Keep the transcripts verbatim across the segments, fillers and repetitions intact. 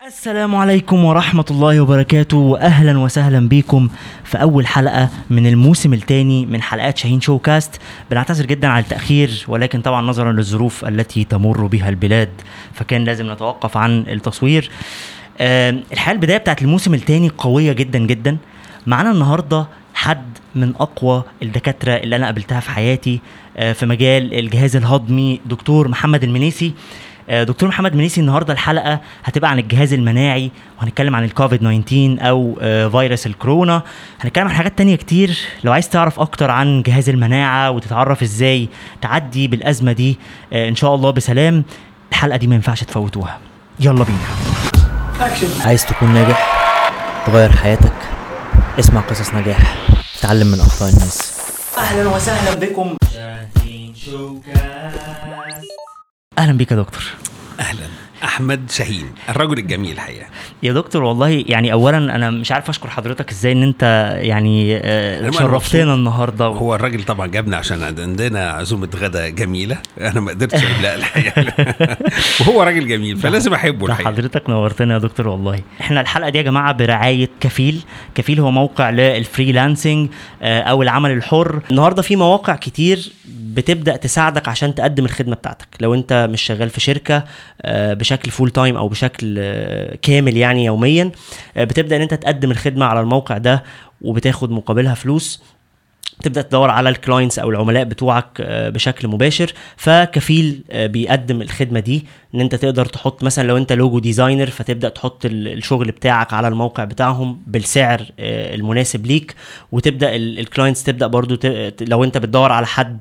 السلام عليكم ورحمة الله وبركاته، وأهلا وسهلا بكم في أول حلقة من الموسم الثاني من حلقات شاهين شو كاست. بنعتذر جدا على التأخير، ولكن طبعا نظرا للظروف التي تمر بها البلاد فكان لازم نتوقف عن التصوير. أه الحقيقة البداية بتاعت الموسم الثاني قوية جدا جدا. معنا النهاردة حد من أقوى الدكاترة اللي أنا قابلتها في حياتي أه في مجال الجهاز الهضمي، دكتور محمد المنيسي. دكتور محمد منيسي النهارده الحلقه هتبقى عن الجهاز المناعي، وهنتكلم عن الكوفيد تسعة عشر او فيروس الكورونا. هنتكلم عن حاجات تانية كتير. لو عايز تعرف اكتر عن جهاز المناعه وتتعرف ازاي تعدي بالازمه دي ان شاء الله بسلام، الحلقه دي ما ينفعش تفوتوها. يلا بينا. عايز تكون ناجح، تغير حياتك، اسمع قصص نجاح، تعلم من اخطاء الناس. اهلا وسهلا بكم شاهين شو كاست. اهلا بيك يا دكتور. اهلا احمد شاهين الرجل الجميل الحقيقه يا دكتور. والله يعني اولا انا مش عارف اشكر حضرتك ازاي ان انت يعني آه شرفتنا النهارده. هو الراجل طبعا جابنا عشان عندنا عزومه غدا جميله، انا ما قدرتش لا الحقيقه وهو راجل جميل فلازم احبه الحقيقه. حضرتك نورتنا يا دكتور. والله احنا الحلقه دي يا جماعه برعايه كفيل. كفيل هو موقع للفريلانسنج آه او العمل الحر. النهارده في مواقع كتير بتبدا تساعدك عشان تقدم الخدمه بتاعتك. لو انت مش شغال في شركه آه بشكل فول تايم او بشكل آه كامل يعني يوميا، آه بتبدا ان انت تقدم الخدمه على الموقع ده وبتاخد مقابلها فلوس. تبدأ تدور على الكلاينتس أو العملاء بتوعك بشكل مباشر. فكفيل بيقدم الخدمة دي ان انت تقدر تحط مثلا لو انت لوجو ديزاينر فتبدأ تحط الشغل بتاعك على الموقع بتاعهم بالسعر المناسب ليك، وتبدأ الكلاينتس تبدأ برضو لو انت بتدور على حد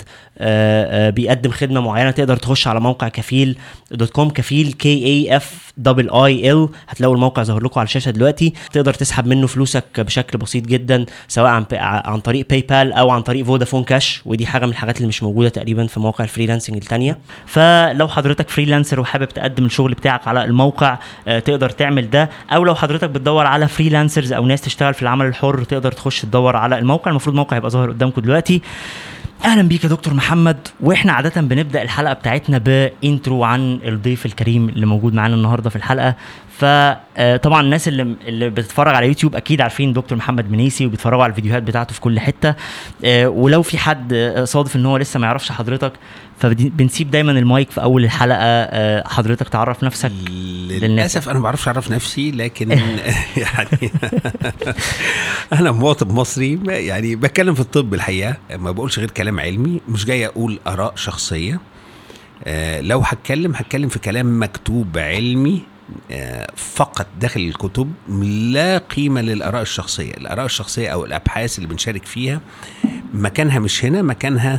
بيقدم خدمة معينة تقدر تخش على موقع كفيل دوت كوم. كفيل كي اي اف دبل اي ال، هتلاقوا الموقع ظهر لكم على الشاشة دلوقتي. تقدر تسحب منه فلوسك بشكل بسيط جدا، سواء عن عن طريق باي بال او عن طريق فودافون كاش، ودي حاجه من الحاجات اللي مش موجوده تقريبا في مواقع الفريلانسنج التانية. فلو حضرتك فريلانسر وحابب تقدم الشغل بتاعك على الموقع آه تقدر تعمل ده، او لو حضرتك بتدور على فريلانسرز او ناس تشتغل في العمل الحر تقدر تخش تدور على الموقع. المفروض الموقع يبقى ظاهر قدامكم دلوقتي. اهلا بيك يا دكتور محمد. واحنا عاده بنبدا الحلقه بتاعتنا بانترو عن الضيف الكريم اللي موجود معانا النهارده في الحلقه. فطبعا الناس اللي اللي بتتفرج على يوتيوب اكيد عارفين دكتور محمد منيسي وبيتفرجوا على الفيديوهات بتاعته في كل حته. ولو في حد صادف ان هو لسه ما يعرفش حضرتك فبنسيب دايما المايك في اول الحلقه حضرتك تعرف نفسك. للاسف انا ما بعرفش اعرف نفسي، لكن يعني انا مواطن مصري يعني بتكلم في الطب الحقيقه، ما بقولش غير كلام علمي، مش جاي اقول اراء شخصيه. لو هتكلم هتكلم في كلام مكتوب علمي فقط داخل الكتب، لا قيمة للآراء الشخصية. الآراء الشخصية أو الأبحاث اللي بنشارك فيها مكانها مش هنا، مكانها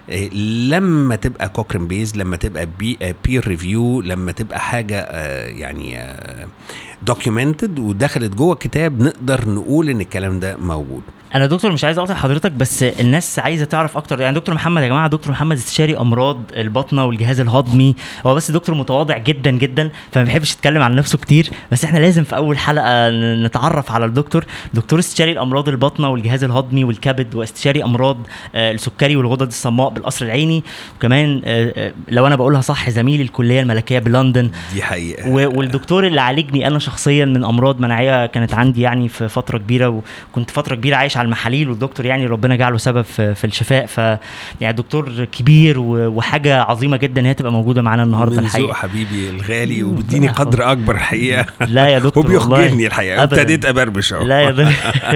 لما تبقى كوكرين بيز، لما تبقى بي بير ريفيو، لما تبقى حاجة يعني دوكيومنتد ودخلت جوه كتاب نقدر نقول ان الكلام ده موجود. انا دكتور مش عايز اقاطع حضرتك، بس الناس عايزه تعرف اكتر. يعني دكتور محمد يا جماعه، دكتور محمد استشاري امراض البطنه والجهاز الهضمي. هو بس دكتور متواضع جدا جدا فما بيحبش يتكلم عن نفسه كتير، بس احنا لازم في اول حلقه نتعرف على الدكتور. دكتور استشاري الامراض البطنه والجهاز الهضمي والكبد، واستشاري امراض السكري والغدد الصماء بالقصر العيني، وكمان لو انا بقولها صح زميل الكليه الملكيه بلندن. دي حقيقه. والدكتور اللي عالجني انا شخصيا من امراض مناعيه كانت عندي يعني في فتره كبيره، وكنت فتره كبيره عايش على المحاليل، والدكتور يعني ربنا جعله سبب في, في الشفاء. ف يعني دكتور كبير وحاجه عظيمه جدا هي تبقى موجوده معانا النهارده الحقيقه. حبيبي الغالي وبديني قدر اكبر الحقيقه. لا يا دكتور وبيخجلني الحقيقه، ابتديت ابربش اهو. لا يا دكتور.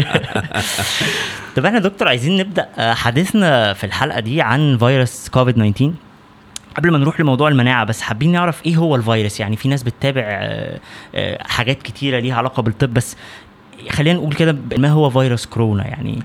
طب احنا دكتور عايزين نبدا حديثنا في الحلقه دي عن فيروس كوفيد تسعة عشر. قبل ما نروح لموضوع المناعة بس حابين نعرف ايه هو الفيروس. يعني في ناس بتتابع حاجات كتيرة ليها علاقة بالطب، بس خلينا نقول كده ما هو فيروس كورونا يعني.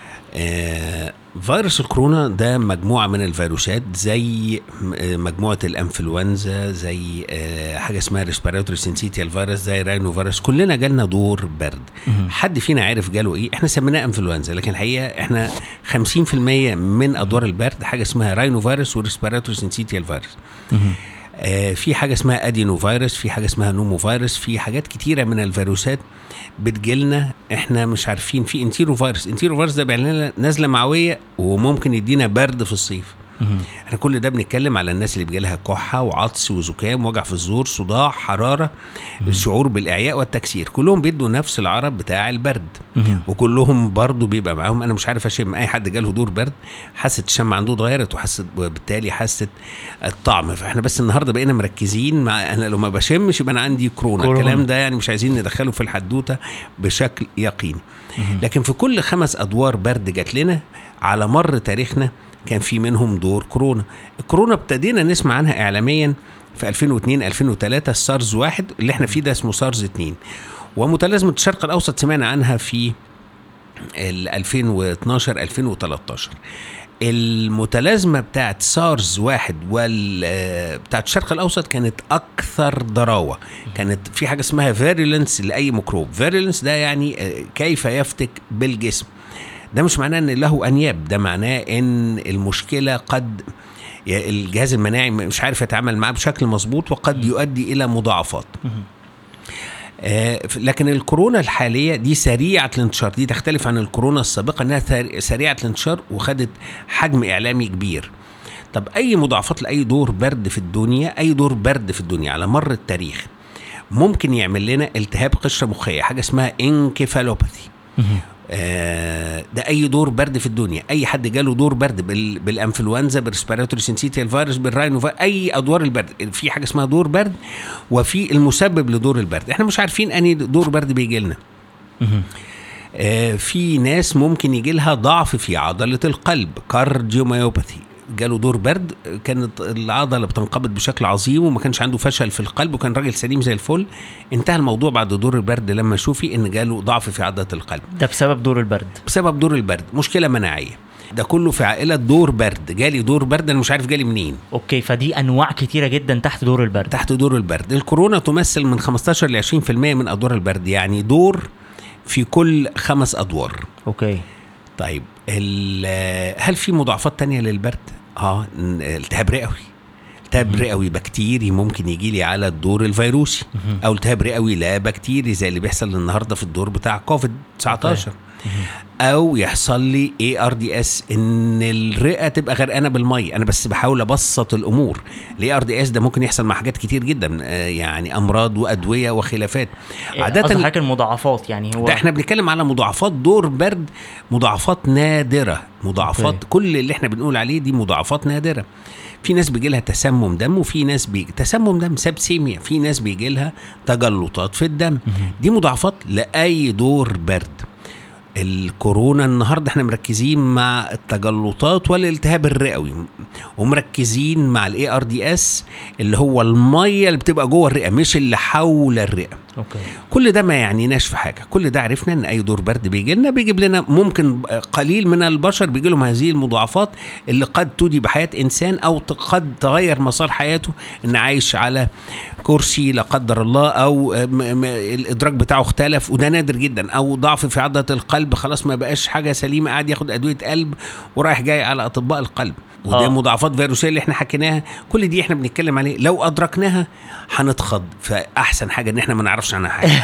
آه فيروس الكورونا ده مجموعة من الفيروسات، زي مجموعة الانفلونزا، زي آه حاجة اسمها ريسبيراتوري سينسيتيال فيروس، زي راينو فيروس. كلنا جالنا دور برد. حد فينا عارف جاله ايه؟ احنا سميناه انفلونزا، لكن الحقيقة احنا خمسين في المية من ادوار البرد حاجة اسمها راينو فيروس وريسبيراتوري سينسيتيال فيروس. آه في حاجة اسمها ادينو فيروس، في حاجة اسمها نومو فيروس، في حاجات كتيرة من الفيروسات بتجيلنا احنا مش عارفين. في انتيرو فيروس، انتيرو فيروس ده بيعمل لنا نزلة معوية وممكن يدينا برد في الصيف. احنا كل ده بنتكلم على الناس اللي بيجيلها كحه وعطس وزكام وجع في الزور صداع حراره الشعور بالاعياء والتكسير، كلهم بيدوا نفس العرض بتاع البرد. وكلهم برضو بيبقى معاهم انا مش عارف اشم. اي حد جاله دور برد حاسه الشم عنده اتغيرت وحست وبالتالي حاسه الطعم. فاحنا بس النهارده بقينا مركزين مع انا لو ما بشمش يبقى انا عندي كورونا. كورونا الكلام ده يعني مش عايزين ندخله في الحدوته بشكل يقيني. لكن في كل خمس ادوار برد جات لنا على مر تاريخنا كان في منهم دور كورونا. الكورونا ابتدينا نسمع عنها اعلاميا في ألفين واثنين ألفين وثلاثة السارز واحد اللي احنا فيه ده اسمه سارز اثنين، ومتلازمة الشرق الاوسط سمعنا عنها في ألفين واثناشر ألفين وثلاثة عشر. المتلازمة بتاعت سارز واحد وال بتاعت الشرق الأوسط كانت أكثر ضراوة. كانت في حاجة اسمها فيريلنس لأي ميكروب. فيريلنس ده يعني كيف يفتك بالجسم. ده مش معناه ان له انياب، ده معناه ان المشكله قد الجهاز المناعي مش عارف يتعامل معاه بشكل مظبوط وقد يؤدي الى مضاعفات. آه لكن الكورونا الحاليه دي سريعه الانتشار، دي تختلف عن الكورونا السابقه انها سريعه الانتشار وخدت حجم اعلامي كبير. طب اي مضاعفات لاي دور برد في الدنيا، اي دور برد في الدنيا على مر التاريخ ممكن يعمل لنا التهاب قشره مخيه، حاجه اسمها انكيفالوباثي. آه ده اي دور برد في الدنيا. اي حد جاله دور برد بال بالانفلونزا بالريسبيراتوري سينسيتيال فيروس بالراينو، اي ادوار البرد في حاجه اسمها دور برد وفي المسبب لدور البرد. احنا مش عارفين اني دور برد بيجي لنا. آه في ناس ممكن يجي لها ضعف في عضله القلب كارديوميوباثي، جاله دور برد كانت العضله بتنقبض بشكل عظيم وما كانش عنده فشل في القلب وكان راجل سليم زي الفل. انتهى الموضوع بعد دور البرد لما شوفي ان جاله ضعف في عضله القلب. ده بسبب دور البرد. بسبب دور البرد، مشكله مناعيه. ده كله في عائله دور برد. جالي دور برد انا مش عارف جالي منين. اوكي، فدي انواع كتيره جدا تحت دور البرد. تحت دور البرد. الكورونا تمثل من خمستاشر ل عشرين بالمية من ادوار البرد، يعني دور في كل خمس ادوار. اوكي طيب هل في مضاعفات تانية للبرد؟ اه التهاب رئوي. التهاب رئوي بكتيري ممكن يجي لي على الدور الفيروسي، او التهاب رئوي لا بكتيري زي اللي بيحصل النهارده في الدور بتاع كوفيد تسعتاشر. او يحصل لي اي ار دي اس ان الرئه تبقى غرقانه بالميه. انا بس بحاول ابسط الامور. الاي ار دي اس ده ممكن يحصل مع حاجات كتير جدا، يعني امراض وادويه وخلافات. عاده حاجه المضاعفات يعني هو ده احنا بنتكلم على مضاعفات دور برد، مضاعفات نادره. مضاعفات أوكي. كل اللي احنا بنقول عليه دي مضاعفات نادره. في ناس بيجي لها تسمم دم، وفي ناس بيجي تسمم دم سبسيميا، في ناس بيجي لها تجلطات في الدم. دي مضاعفات لاي دور برد. الكورونا النهارده احنا مركزين مع التجلطات والالتهاب الرئوي، ومركزين مع الاي ار دي اس اللي هو الميه اللي بتبقى جوه الرئه مش اللي حول الرئه. أوكي. كل ده ما يعنيناش في حاجه. كل ده عرفنا ان اي دور برد بيجي لنا بيجيب لنا ممكن قليل من البشر بيجي لهم هذه المضاعفات اللي قد تودي بحياه انسان او قد تغير مسار حياته، ان عايش على كرسي لا قدر الله او الادراك بتاعه اختلف وده نادر جدا، او ضعف في عضله القلب خلاص ما بقاش حاجه سليمه قاعد ياخد ادويه قلب ورايح جاي على اطباء القلب. وده آه. مضاعفات فيروسيه اللي احنا حكيناها. كل دي احنا بنتكلم عليه، لو ادركناها هنتخض. فاحسن حاجه ان احنا ما نعرفش عنها حاجه.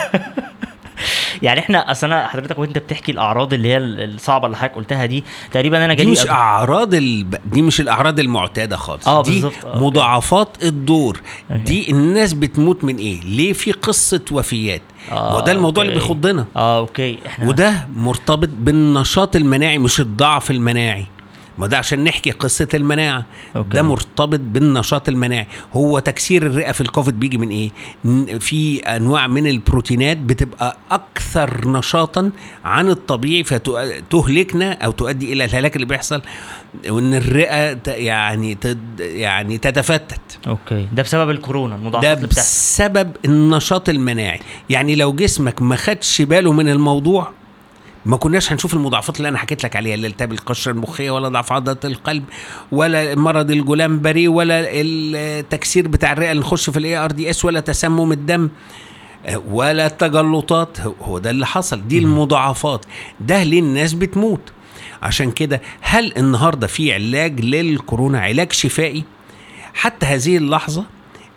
يعني احنا اصلا حضرتك وانت بتحكي الاعراض اللي هي الصعبه اللي حضرتك قلتها دي تقريبا انا جالي دي مش اعراض الب... دي مش الاعراض المعتاده خالص. آه دي آه مضاعفات الدور. أوكي. دي الناس بتموت من ايه؟ ليه في قصه وفيات. آه وده الموضوع أوكي. اللي بيخضنا. اه اوكي احنا وده مرتبط بالنشاط المناعي مش الضعف المناعي. ما ده عشان نحكي قصة المناعة. أوكي. ده مرتبط بالنشاط المناعي. هو تكسير الرئة في الكوفيد بيجي من ايه؟ في انواع من البروتينات بتبقى اكثر نشاطا عن الطبيعي فتهلكنا او تؤدي الى الهلاك اللي بيحصل، وان الرئة يعني تد يعني تتفتت. اوكي ده بسبب الكورونا المضاعفات ده بسبب النشاط المناعي. يعني لو جسمك ما خدش باله من الموضوع ما كناش هنشوف المضاعفات اللي انا حكيت لك عليها، اللي التهاب القشره المخيه ولا ضعف عضله القلب ولا مرض الجولامبري ولا التكسير بتاع الرئه اللي نخش في الاي ار دي اس ولا تسمم الدم ولا التجلطات. هو ده اللي حصل. دي المضاعفات. ده ليه الناس بتموت. عشان كده هل النهارده في علاج للكورونا، علاج شفائي؟ حتى هذه اللحظه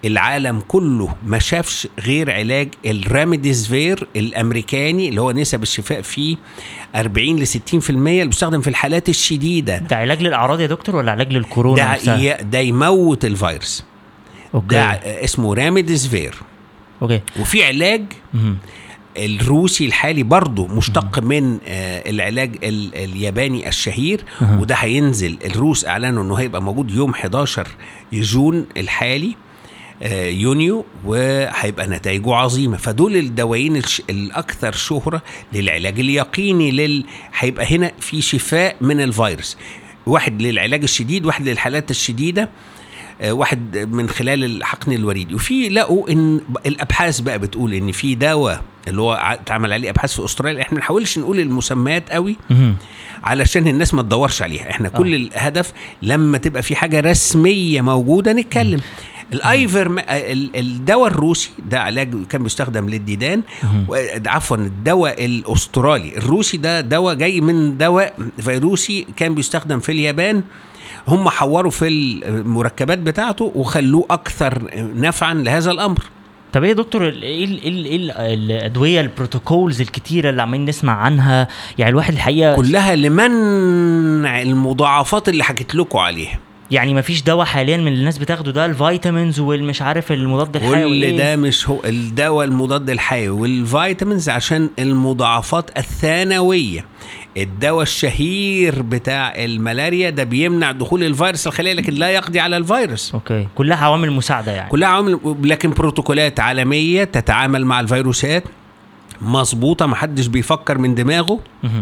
العالم كله ما شافش غير علاج الراميديزفير الامريكاني اللي هو نسب الشفاء فيه أربعين لستين في المية، اللي بيستخدم في الحالات الشديدة. ده علاج للأعراض يا دكتور ولا علاج للكورونا ده, نفسها؟ ده يموت الفيروس. أوكي. ده اسمه راميديزفير. اوكي. وفي علاج مم. الروسي الحالي برضو مشتق من آه العلاج ال- الياباني الشهير. مم. وده هينزل، الروس اعلنوا انه هيبقى موجود يوم حداشر جون الحالي آه يونيو، وهيبقى نتائجه عظيمة. فدول الدوايين الش- الاكثر شهرة للعلاج اليقيني لل... هيبقى هنا في شفاء من الفيروس، واحد للعلاج الشديد، واحد للحالات الشديدة، واحد من خلال الحقن الوريدي. وفي لقوا ان الابحاث بقى بتقول ان في دواء اللي هو اتعمل عليه ابحاث في استراليا، احنا ما نحاولش نقول المسميات قوي علشان الناس ما تدورش عليها، احنا كل آه. الهدف لما تبقى في حاجه رسميه موجوده نتكلم. الايفر الدواء الروسي ده علاج كان بيستخدم للديدان، عفوا الدواء الاسترالي الروسي ده دواء جاي من دواء فيروسي كان بيستخدم في اليابان، هم حوروا في المركبات بتاعته وخلوه أكثر نفعا لهذا الأمر. طب ايه يا دكتور، ايه ال ال ال الادويه البروتوكولز الكتيره اللي عمالين نسمع عنها؟ يعني الواحد الحقيقه كلها لمنع المضاعفات اللي حكيت لكم عليها. يعني ما فيش دواء حاليا من الناس بتاخده ده الفيتامينز والمش عارف المضاد الحيوي، كل ده مش هو الدواء المضاد الحيوي والفيتامينز عشان المضاعفات الثانويه. الدواء الشهير بتاع الملاريا ده بيمنع دخول الفيروس الخلية لكن لا يقضي على الفيروس. اوكي، كلها عوامل مساعدة يعني. كلها عوامل، لكن بروتوكولات عالمية تتعامل مع الفيروسات مظبوطة، محدش بيفكر من دماغه.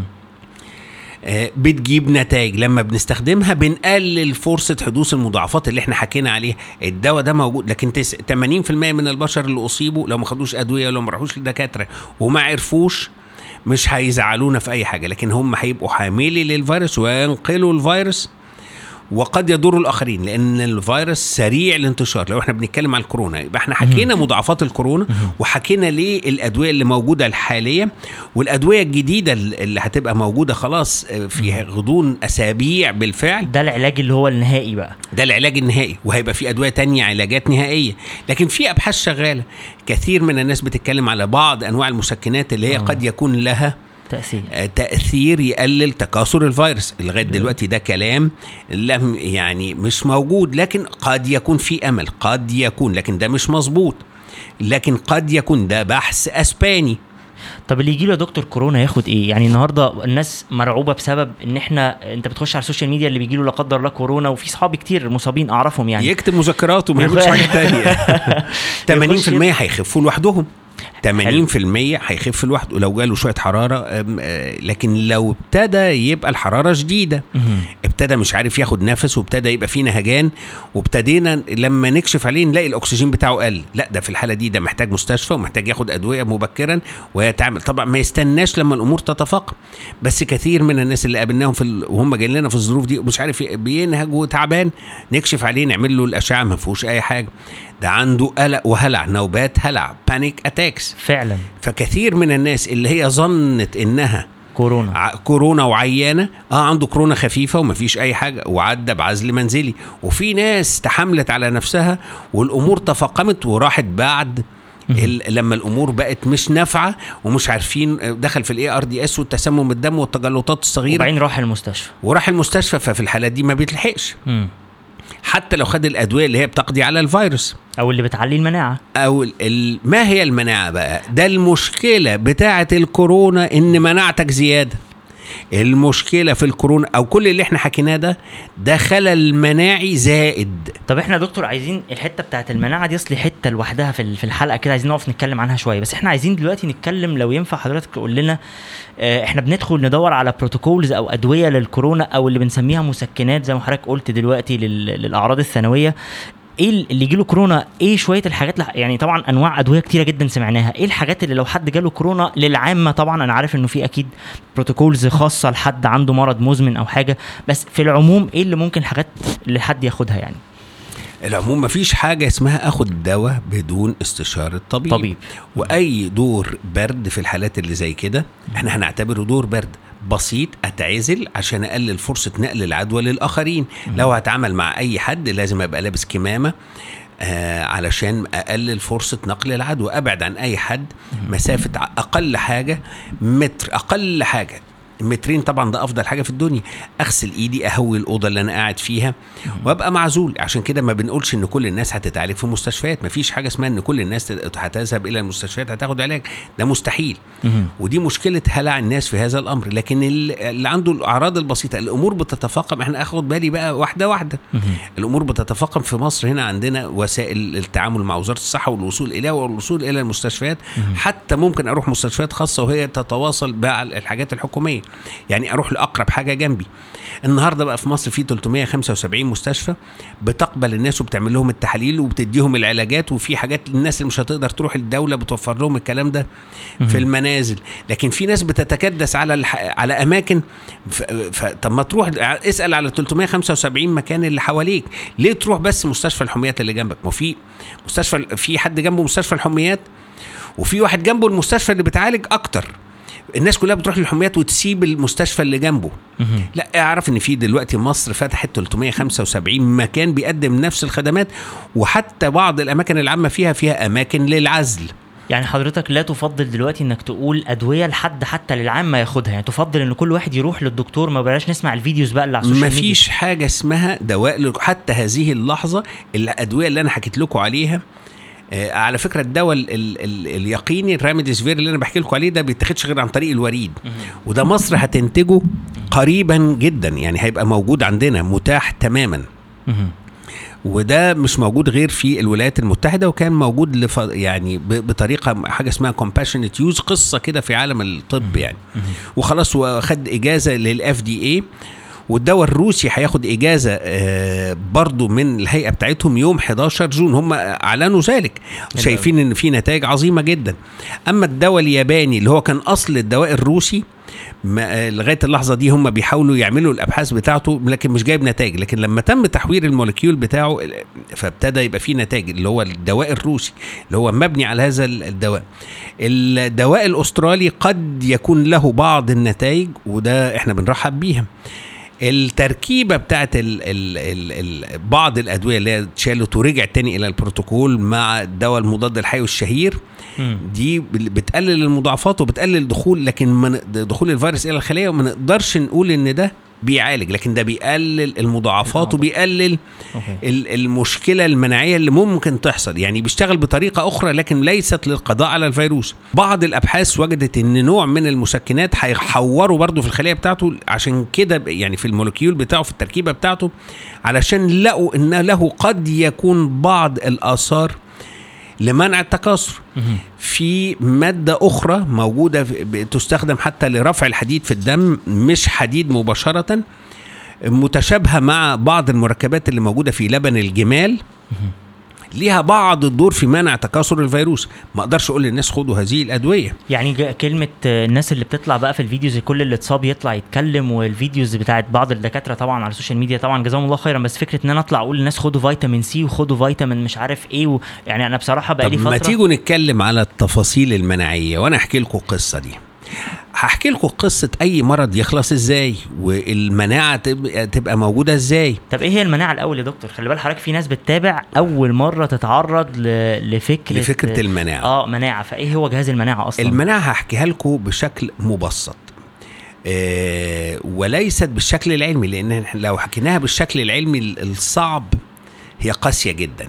آه بتجيب نتائج. لما بنستخدمها بنقلل فرصة حدوث المضاعفات اللي احنا حكينا عليها. الدواء ده موجود، لكن ثمانين بالمية من البشر اللي أصيبوا لو ما خدوش أدوية ولو ما راحوش للدكاترة وما عرفوش مش هيزعلونا في أي حاجة، لكن هم هيبقوا حاملي للفيروس وينقلوا الفيروس وقد يضر الآخرين، لأن الفيروس سريع الانتشار. لو احنا بنتكلم عن الكورونا يبقى احنا حكينا مضاعفات الكورونا وحكينا ليه الأدوية اللي موجودة الحالية والأدوية الجديدة اللي هتبقى موجودة خلاص في غضون أسابيع بالفعل. ده العلاج اللي هو النهائي بقى، ده العلاج النهائي، وهيبقى في أدوية تانية علاجات نهائية. لكن في أبحاث شغالة. كثير من الناس بتتكلم على بعض أنواع المسكنات اللي هي قد يكون لها تأثير. تأثير يقلل تكاثر الفيروس. لغاية دلوقتي ده كلام لم يعني مش موجود، لكن قد يكون في أمل، قد يكون، لكن ده مش مظبوط، لكن قد يكون ده بحث أسباني. طب اللي يجي له يا دكتور كورونا ياخد ايه؟ يعني النهارده الناس مرعوبه بسبب ان احنا انت بتخش على السوشيال ميديا اللي بيجي له لا قدر الله كورونا، وفي صحابي كتير مصابين اعرفهم يعني يكتب مذكراته وما يعملش حاجه ثانيه. ثمانين بالمية هيخفوا لوحدهم، ثمانين بالمية هيخف لوحده لو جاله شويه حراره. لكن لو ابتدى يبقى الحراره شديده، ابتدى مش عارف ياخد نفس، وابتدى يبقى فيه نهجان، وابتدينا لما نكشف عليه نلاقي الاكسجين بتاعه قل، لا ده في الحاله دي ده محتاج مستشفى ومحتاج ياخد ادويه مبكرا ويتعامل. طبعا ما يستناش لما الامور تتفاقم، بس كثير من الناس اللي قابلناهم في ال... وهم جايين لنا في الظروف دي مش عارف بينهج وتعبان، نكشف عليه نعمل له الاشعه ما فيهوش اي حاجه، ده عنده قلق وهلع، نوبات هلع، بانيك اتاكس فعلا. فكثير من الناس اللي هي ظنت انها كورونا ع... كورونا وعيانه اه عنده كورونا خفيفه ومفيش اي حاجه وعدى بعزل منزلي، وفي ناس تحملت على نفسها والامور تفاقمت وراحت بعد ال... لما الامور بقت مش نافعه ومش عارفين، دخل في الاي ار دي اس والتسمم الدم والتجلطات الصغيره وبعدين راح المستشفى وراح المستشفى ففي الحالات دي ما بيتلحقش م. حتى لو خد الادويه اللي هي بتقضي على الفيروس او اللي بتعلي المناعه او ال... ما هي المناعه بقى؟ ده المشكله بتاعه الكورونا، ان مناعتك زياده. المشكله في الكورونا او كل اللي احنا حكيناه ده ده خلل مناعي زائد. طب احنا يا دكتور عايزين الحته بتاعه المناعه دي اصلي حته لوحدها في في الحلقه كده، عايزين نقف نتكلم عنها شويه، بس احنا عايزين دلوقتي نتكلم لو ينفع حضرتك تقول لنا اه احنا بندخل ندور على بروتوكولز او ادويه للكورونا او اللي بنسميها مسكنات زي ما حضرتك قلت دلوقتي للاعراض الثانويه. ايه اللي يجيله كورونا؟ ايه شويه الحاجات يعني طبعا انواع ادويه كتيره جدا سمعناها، ايه الحاجات اللي لو حد جاله كورونا للعامه؟ طبعا انا عارف انه في اكيد بروتوكولز خاصه لحد عنده مرض مزمن او حاجه، بس في العموم ايه اللي ممكن الحاجات اللي حد ياخدها يعني؟ العموم مفيش حاجة اسمها اخد دواء بدون استشارة طبيب. طبيب واي دور برد في الحالات اللي زي كده احنا هنعتبره دور برد بسيط، اتعزل عشان اقلل فرصة نقل العدوى للاخرين. لو هتعامل مع اي حد لازم ابقى لابس كمامة آه علشان اقلل فرصه نقل العدوى، ابعد عن اي حد مسافه اقل حاجه متر، اقل حاجه مترين طبعا، ده افضل حاجه في الدنيا. اغسل ايدي، اهوي الاوضه اللي انا قاعد فيها وابقى معزول. عشان كده ما بنقولش ان كل الناس هتتعالج في مستشفيات، مفيش حاجه اسمها ان كل الناس هتذهب الى المستشفيات هتاخد علاج، ده مستحيل. ودي مشكله هلع الناس في هذا الامر. لكن اللي عنده الاعراض البسيطه الامور بتتفاقم. احنا اخد بالي بقى واحده واحده. الامور بتتفاقم في مصر. هنا عندنا وسائل التعامل مع وزاره الصحه والوصول اليها والوصول الى المستشفيات. حتى ممكن اروح مستشفيات خاصه وهي تتواصل مع الحاجات الحكوميه، يعني اروح لاقرب حاجه جنبي. النهارده بقى في مصر في ثلاثمية وخمسة وسبعين مستشفى بتقبل الناس وبتعمل لهم التحاليل وبتديهم العلاجات، وفي حاجات الناس اللي مش هتقدر تروح الدوله بتوفر لهم الكلام ده في المنازل. لكن في ناس بتتكدس على الح... على اماكن ف... ف... طب ما تروح اسال على ثلاثمية وخمسة وسبعين مكان اللي حواليك، ليه تروح بس مستشفى الحميات اللي جنبك؟ ما في مستشفى، في حد جنبه مستشفى الحميات وفي واحد جنبه المستشفى اللي بتعالج اكتر. الناس كلها بتروح للحميات وتسيب المستشفى اللي جنبه. لا، اعرف ان في دلوقتي مصر فتحت ثلاثمية وخمسة وسبعين مكان بيقدم نفس الخدمات، وحتى بعض الاماكن العامه فيها فيها اماكن للعزل. يعني حضرتك لا تفضل دلوقتي انك تقول ادويه لحد حتى للعام ما ياخدها، يعني تفضل ان كل واحد يروح للدكتور، ما بلاش نسمع الفيديوز بقى اللي على السوشيال ميديا. مفيش حاجه اسمها دواء حتى هذه اللحظه. الادويه اللي انا حكيت لكم عليها آه على فكره، الدواء ال ال ال اليقيني الراميديسفير اللي انا بحكي لكم عليه ده بيتاخدش غير عن طريق الوريد، وده مصر هتنتجه قريبا جدا، يعني هيبقى موجود عندنا متاح تماما. وده مش موجود غير في الولايات المتحدة، وكان موجود لف... يعني ب... بطريقة حاجة اسمها compassionate use، قصة كده في عالم الطب يعني. وخلاص وخد إجازة للإف دي إيه، والدواء الروسي هياخد إجازة آه برضو من الهيئة بتاعتهم يوم حداشر جون، هم أعلنوا ذلك، شايفين إن في نتائج عظيمة جدا. أما الدواء الياباني اللي هو كان أصل الدواء الروسي، لغايه اللحظه دي هم بيحاولوا يعملوا الابحاث بتاعته لكن مش جايب نتائج. لكن لما تم تحوير المولكيول بتاعه فابتدى يبقى فيه نتائج، اللي هو الدواء الروسي اللي هو مبني على هذا الدواء. الدواء الاسترالي قد يكون له بعض النتائج، وده احنا بنرحب بيها. التركيبه بتاعت ال ال ال ال بعض الادويه اللي اتشالت ورجع تاني الى البروتوكول مع الدواء المضاد الحيوي الشهير، دي بتقلل المضاعفات وبتقلل دخول لكن من دخول الفيروس الى الخليه، وما نقدرش نقول ان ده بيعالج، لكن ده بيقلل المضاعفات وبيقلل المشكله المناعيه اللي ممكن تحصل. يعني بيشتغل بطريقه اخرى لكن ليست للقضاء على الفيروس. بعض الابحاث وجدت ان نوع من المسكنات هيحوروا برضو في الخليه بتاعته، عشان كده يعني في المولكيول بتاعه في التركيبه بتاعته، علشان لقوا ان له قد يكون بعض الاثار لمنع التكاثر. في مادة أخرى موجودة تستخدم حتى لرفع الحديد في الدم، مش حديد مباشرة، متشابهة مع بعض المركبات اللي موجودة في لبن الجمال، ليها بعض الدور في منع تكاثر الفيروس. ما اقدرش اقول للناس خدوا هذه الادويه. يعني كلمه الناس اللي بتطلع بقى في الفيديوز كل اللي اتصاب يطلع يتكلم، والفيديوز بتاعت بعض الدكاتره طبعا على السوشيال ميديا طبعا جزاهم الله خيرا، بس فكره ان انا اطلع اقول للناس خدوا فيتامين سي وخدوا فيتامين مش عارف ايه و... يعني انا بصراحه بقى لي فتره. ما تيجوا نتكلم على التفاصيل المناعيه وانا احكي لكم القصه دي. هحكي لكم قصة أي مرض يخلص إزاي والمناعة تبقى, تبقى موجودة إزاي. طب إيه هي المناعة الأول يا دكتور؟ خلي بالك حضرتك في ناس بتتابع أول مرة تتعرض ل... لفكرة لفكرة المناعة. آه مناعة. فإيه هو جهاز المناعة أصلا؟ المناعة هحكيها لكم بشكل مبسط آه وليست بالشكل العلمي، لأن لو حكيناها بالشكل العلمي الصعب هي قاسية جدا.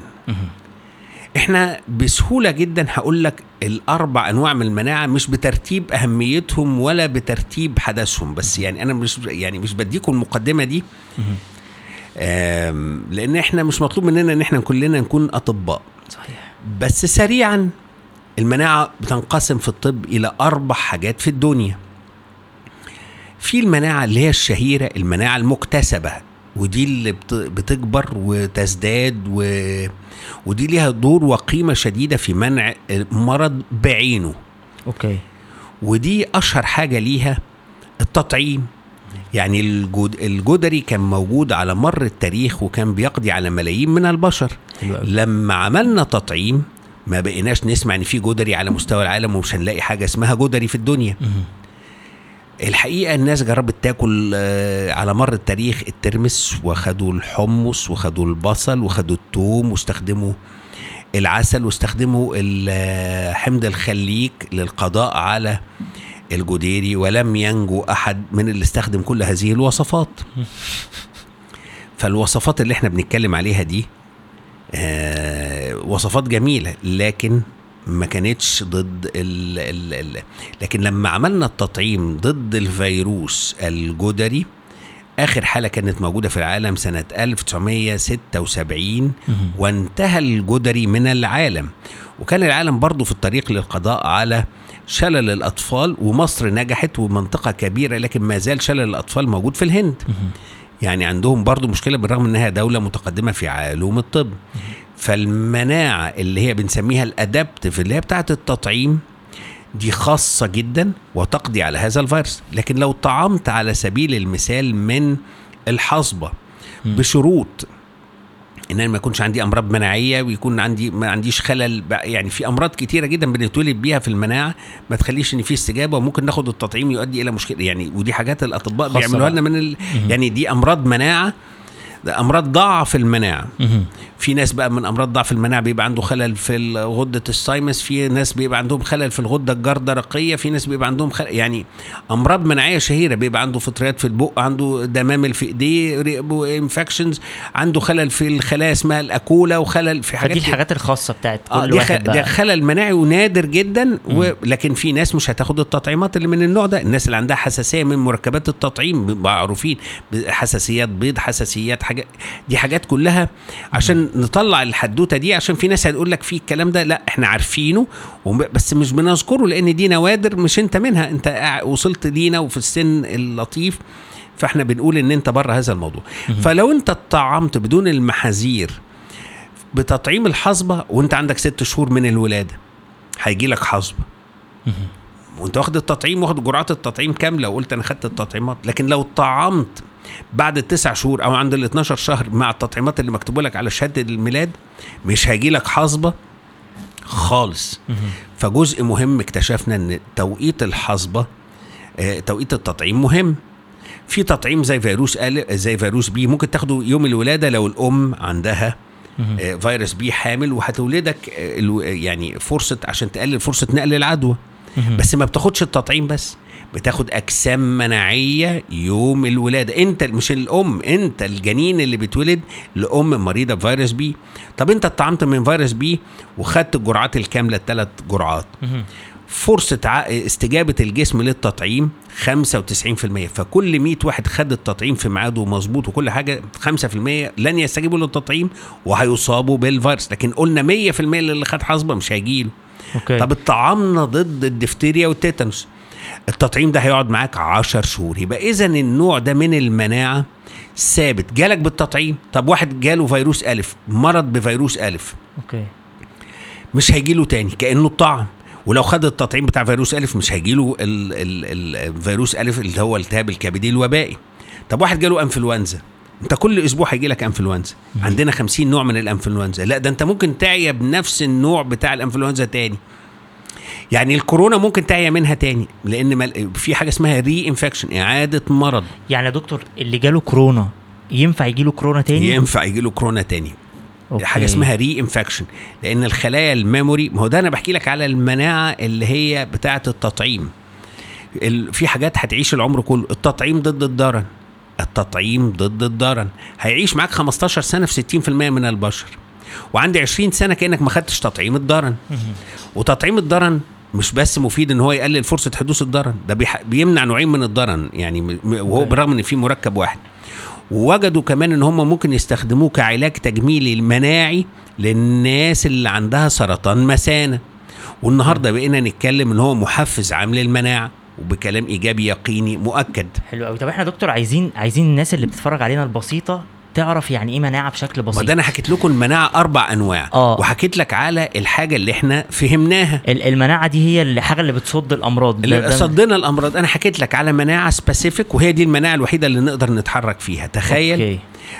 احنا بسهولة جدا هقول لك الاربع انواع من المناعة مش بترتيب اهميتهم ولا بترتيب حدثهم، بس يعني انا مش يعني مش بديكم المقدمة دي لان احنا مش مطلوب مننا ان احنا كلنا نكون اطباء. صحيح. بس سريعا المناعة بتنقسم في الطب الى اربع حاجات في الدنيا. في المناعة اللي هي الشهيرة، المناعة المكتسبة، ودي اللي بتكبر وتزداد و... ودي ليها دور وقيمة شديدة في منع مرض بعينه. أوكي. ودي أشهر حاجة ليها التطعيم. يعني الجد... الجدري كان موجود على مر التاريخ وكان بيقضي على ملايين من البشر. لما عملنا تطعيم ما بقيناش نسمع ان في جدري على مستوى العالم ومش هنلاقي حاجة اسمها جدري في الدنيا. الحقيقة الناس جربت تاكل على مر التاريخ الترمس، وخدوا الحمص وخدوا البصل وخدوا الثوم واستخدموا العسل واستخدموا حمض الخليك للقضاء على الجديري، ولم ينجو أحد من اللي استخدم كل هذه الوصفات. فالوصفات اللي احنا بنتكلم عليها دي آه وصفات جميلة، لكن ما كانتش ضد ال ال ال لكن لما عملنا التطعيم ضد الفيروس الجدري، آخر حالة كانت موجودة في العالم سنة ألف وتسعمية وستة وسبعين، وانتهى الجدري من العالم، وكان العالم برضو في الطريق للقضاء على شلل الأطفال، ومصر نجحت ومنطقة كبيرة، لكن ما زال شلل الأطفال موجود في الهند. يعني عندهم برضو مشكلة بالرغم أنها دولة متقدمة في علوم الطب. فالمناعة اللي هي بنسميها الأدابتيف اللي هي بتاعت التطعيم دي خاصة جدا وتقضي على هذا الفيروس. لكن لو طعمت على سبيل المثال من الحصبة بشروط ان انا ما يكونش عندي امراض مناعيه، ويكون عندي ما عنديش خلل، يعني في امراض كتيره جدا بنتولد بيها في المناعه ما تخليش ان في استجابه، وممكن ناخد التطعيم يؤدي الى مشكله، يعني ودي حاجات الاطباء بيعملوها لنا من ال... يعني دي امراض مناعه، امراض ضعف المناعه. في ناس بقى من امراض ضعف المناعه بيبقى عنده خلل في غده السايمس، في ناس بيبقى عندهم خلل في الغده الجردرقيه، في ناس بيبقى عندهم خلل، يعني امراض مناعيه شهيره، بيبقى عنده فطريات في البق، عنده دمامل في ايديه، انفكشنز، عنده خلل في الخلايا اسمها الاكولا، وخلل في حاجات، دي الحاجات الخاصه بتاعت كل آه واحد بقى. ده خلل مناعي ونادر جدا، ولكن في ناس مش هتاخد التطعيمات اللي من النوع ده. الناس اللي عندها حساسيه من مركبات التطعيم معروفين، حساسيات بيض، حساسيات حاجات، دي حاجات كلها عشان نطلع الحدوته دي، عشان في ناس هتقول لك في الكلام ده لا احنا عارفينه بس مش بنذكره لان دي نوادر مش انت منها، انت وصلت لينا وفي السن اللطيف، فاحنا بنقول ان انت بره هذا الموضوع. فلو انت اتطعمت بدون المحاذير بتطعيم الحصبه وانت عندك ست شهور من الولاده هيجي لك حصبه وانت واخد التطعيم، واخد جرعات التطعيم كامله، وقلت انا خدت التطعيمات. لكن لو اتطعمت بعد التسع شهور او عند الاتناشر شهر مع التطعيمات اللي مكتوبه لك على شهاده الميلاد مش هيجي لك حصبه خالص. فجزء مهم اكتشفنا ان توقيت الحصبه اه توقيت التطعيم مهم. في تطعيم زي فيروس ال زي فيروس بي ممكن تاخده يوم الولاده لو الام عندها اه فيروس بي حامل وهتولدك اه يعني فرصه عشان تقلل فرصه نقل العدوى، بس ما بتاخدش التطعيم بس، بتاخد أجسام مناعية يوم الولادة. انت مش الأم، انت الجنين اللي بتولد لأم مريضة بفيروس بي. طب انت اتطعمت من فيروس بي وخدت الجرعات الكاملة الثلاث جرعات، فرصة استجابة الجسم للتطعيم خمسة وتسعين بالمية. فكل مية واحد خد التطعيم في ميعاده مظبوط وكل حاجة، خمسة بالمية لن يستجيبوا للتطعيم وهيصابوا بالفيروس. لكن قلنا مية بالمية اللي خد حصبة مش هيجيله. أوكي. طب اتطعمنا ضد الدفتيريا والتيتانوس، التطعيم ده هيقعد معاك عشر شهور. يبقى إذن النوع ده من المناعة ثابت، جالك بالتطعيم. طب واحد جاله فيروس ألف، مرض بفيروس ألف، أوكي، مش هيجيله تاني كأنه الطعم. ولو خد التطعيم بتاع فيروس ألف مش هيجيله الفيروس ألف اللي هو التهاب الكبدي الوبائي. طب واحد جاله أنفلونزا، انت كل اسبوع هيجي لك انفلونزا، عندنا خمسين نوع من الانفلونزا، لا ده انت ممكن تعيا بنفس النوع بتاع الانفلونزا تاني. يعني الكورونا ممكن تعيا منها تاني، لان في حاجه اسمها ري انفكشن، اعاده مرض. يعني يا دكتور اللي جاله كورونا ينفع يجي له كورونا تاني؟ ينفع يجي له كورونا تاني. أوكي. حاجه اسمها ري انفكشن، لان الخلايا الميموري، ما هو ده انا بحكي لك على المناعه اللي هي بتاعه التطعيم. في حاجات هتعيش العمر كله. التطعيم ضد الضرن، التطعيم ضد الضرن هيعيش معاك خمستاشر سنة في ستين بالمية من البشر، وعندي عشرين سنة كأنك ما خدتش تطعيم الضرن. وتطعيم الضرن مش بس مفيد ان هو يقلل فرصة حدوث الضرن، ده بيمنع نوعين من الضرن يعني، وهو بالرغم ان في مركب واحد. ووجدوا كمان ان هم ممكن يستخدموه كعلاج تجميلي المناعي للناس اللي عندها سرطان مثانة. والنهاردة بقينا نتكلم ان هو محفز عام للمناعة، وبكلام ايجابي يقيني مؤكد. حلو قوي. طب احنا دكتور عايزين عايزين الناس اللي بتتفرج علينا البسيطه تعرف يعني ايه مناعه بشكل بسيط. ما ده انا حكيت لكم المناعه اربع انواع، آه. وحكيت لك على الحاجه اللي احنا فهمناها. المناعه دي هي الحاجه اللي بتصد الامراض، اللي صدنا الامراض. انا حكيت لك على مناعه سبيسيفيك، وهي دي المناعه الوحيده اللي نقدر نتحرك فيها. تخيل. أوكي.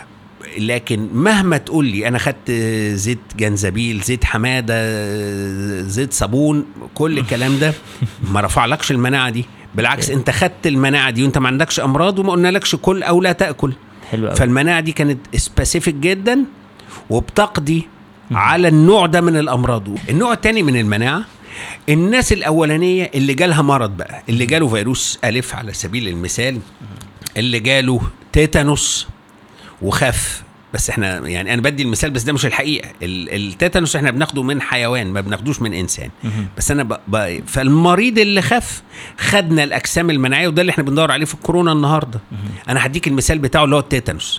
لكن مهما تقول لي انا خدت زيت جنزبيل، زيت حماده، زيت صابون، كل الكلام ده ما رفعلكش المناعه دي. بالعكس انت خدت المناعه دي وانت ما عندكش امراض وما قلنا لكش كل او لا تاكل. حلو قوي. فالمناعه دي كانت سبيسيفيك جدا وبتقضي على النوع ده من الامراض. النوع الثاني من المناعه الناس الاولانيه اللي جالها مرض بقى، اللي جاله فيروس الف على سبيل المثال، اللي جاله تيتانوس وخف. بس احنا يعني انا بدي المثال بس ده مش الحقيقه. التيتانوس احنا بناخده من حيوان ما بناخدوش من انسان. بس انا ب... ب... فالمريض اللي خف خدنا الاجسام المناعيه وده اللي احنا بندور عليه في الكورونا النهارده. انا هديك المثال بتاعه اللي هو التيتانوس،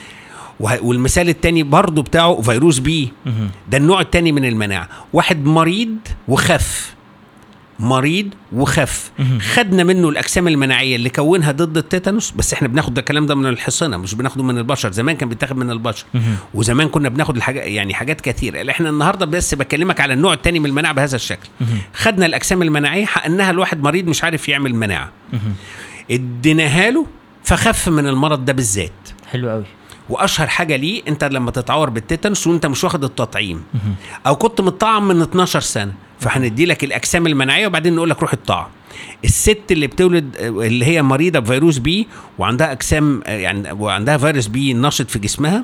والمثال التاني برضو بتاعه فيروس بي. ده النوع التاني من المناعة. واحد مريض وخف، مريض وخف، خدنا منه الأجسام المناعية اللي كونها ضد التيتانوس. بس احنا بناخد ده الكلام ده من الحصانة مش بناخده من البشر. زمان كان بيتاخد من البشر وزمان كنا بناخد الحاجة يعني حاجات كثيرة. اللي احنا النهاردة بس بكلمك على النوع التاني من المناعة بهذا الشكل. خدنا الأجسام المناعية حقناها لواحد مريض مش عارف يعمل مناعة، اديناها له فخف من المرض ده بالذات. حلو قوي. واشهر حاجه ليه انت لما تتعور بالتيتانوس وانت مش واخد التطعيم او كنت متطعم من اتناشر سنه، فهندي لك الاجسام المناعيه وبعدين نقول لك روح الطعم. الست اللي بتولد اللي هي مريضه بفيروس بي وعندها اجسام يعني وعندها فيروس بي نشط في جسمها،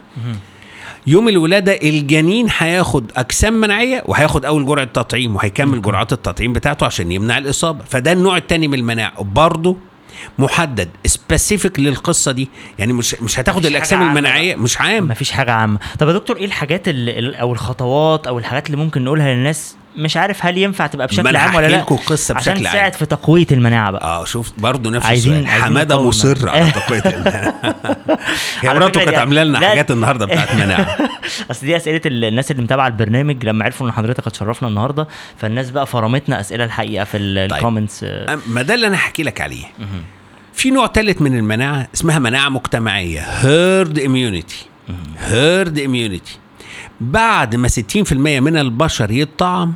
يوم الولاده الجنين هياخد اجسام مناعيه وهياخد اول جرعه تطعيم وهيكمل جرعات التطعيم بتاعته عشان يمنع الاصابه. فده النوع الثاني من المناعه برضه محدد سبيسيفيك للقصه دي. يعني مش مش هتاخد الاجسام المناعيه، مش عام، مفيش حاجه عامه. طب يا دكتور ايه الحاجات اللي او الخطوات او الحاجات اللي ممكن نقولها للناس مش عارف هل ينفع تبقى بشكل عام ولا لا عشان تساعد في تقويه المناعه بقى؟ اه شوف برضو نفس السؤال. حماده مصر على تقويه المناعه. هي مراته كانت عامله لنا حاجات النهارده بتاعت مناعه. اصل دي اسئله الناس اللي متابعه البرنامج لما عرفوا ان حضرتك هتشرفنا النهارده، فالناس بقى فرمتنا اسئله الحقيقه في الكومنتس. ما ده اللي انا هحكي لك عليه. في نوع ثالث من المناعة اسمها مناعة مجتمعية herd immunity. herd immunity بعد ما ستين في المية من البشر يتطعم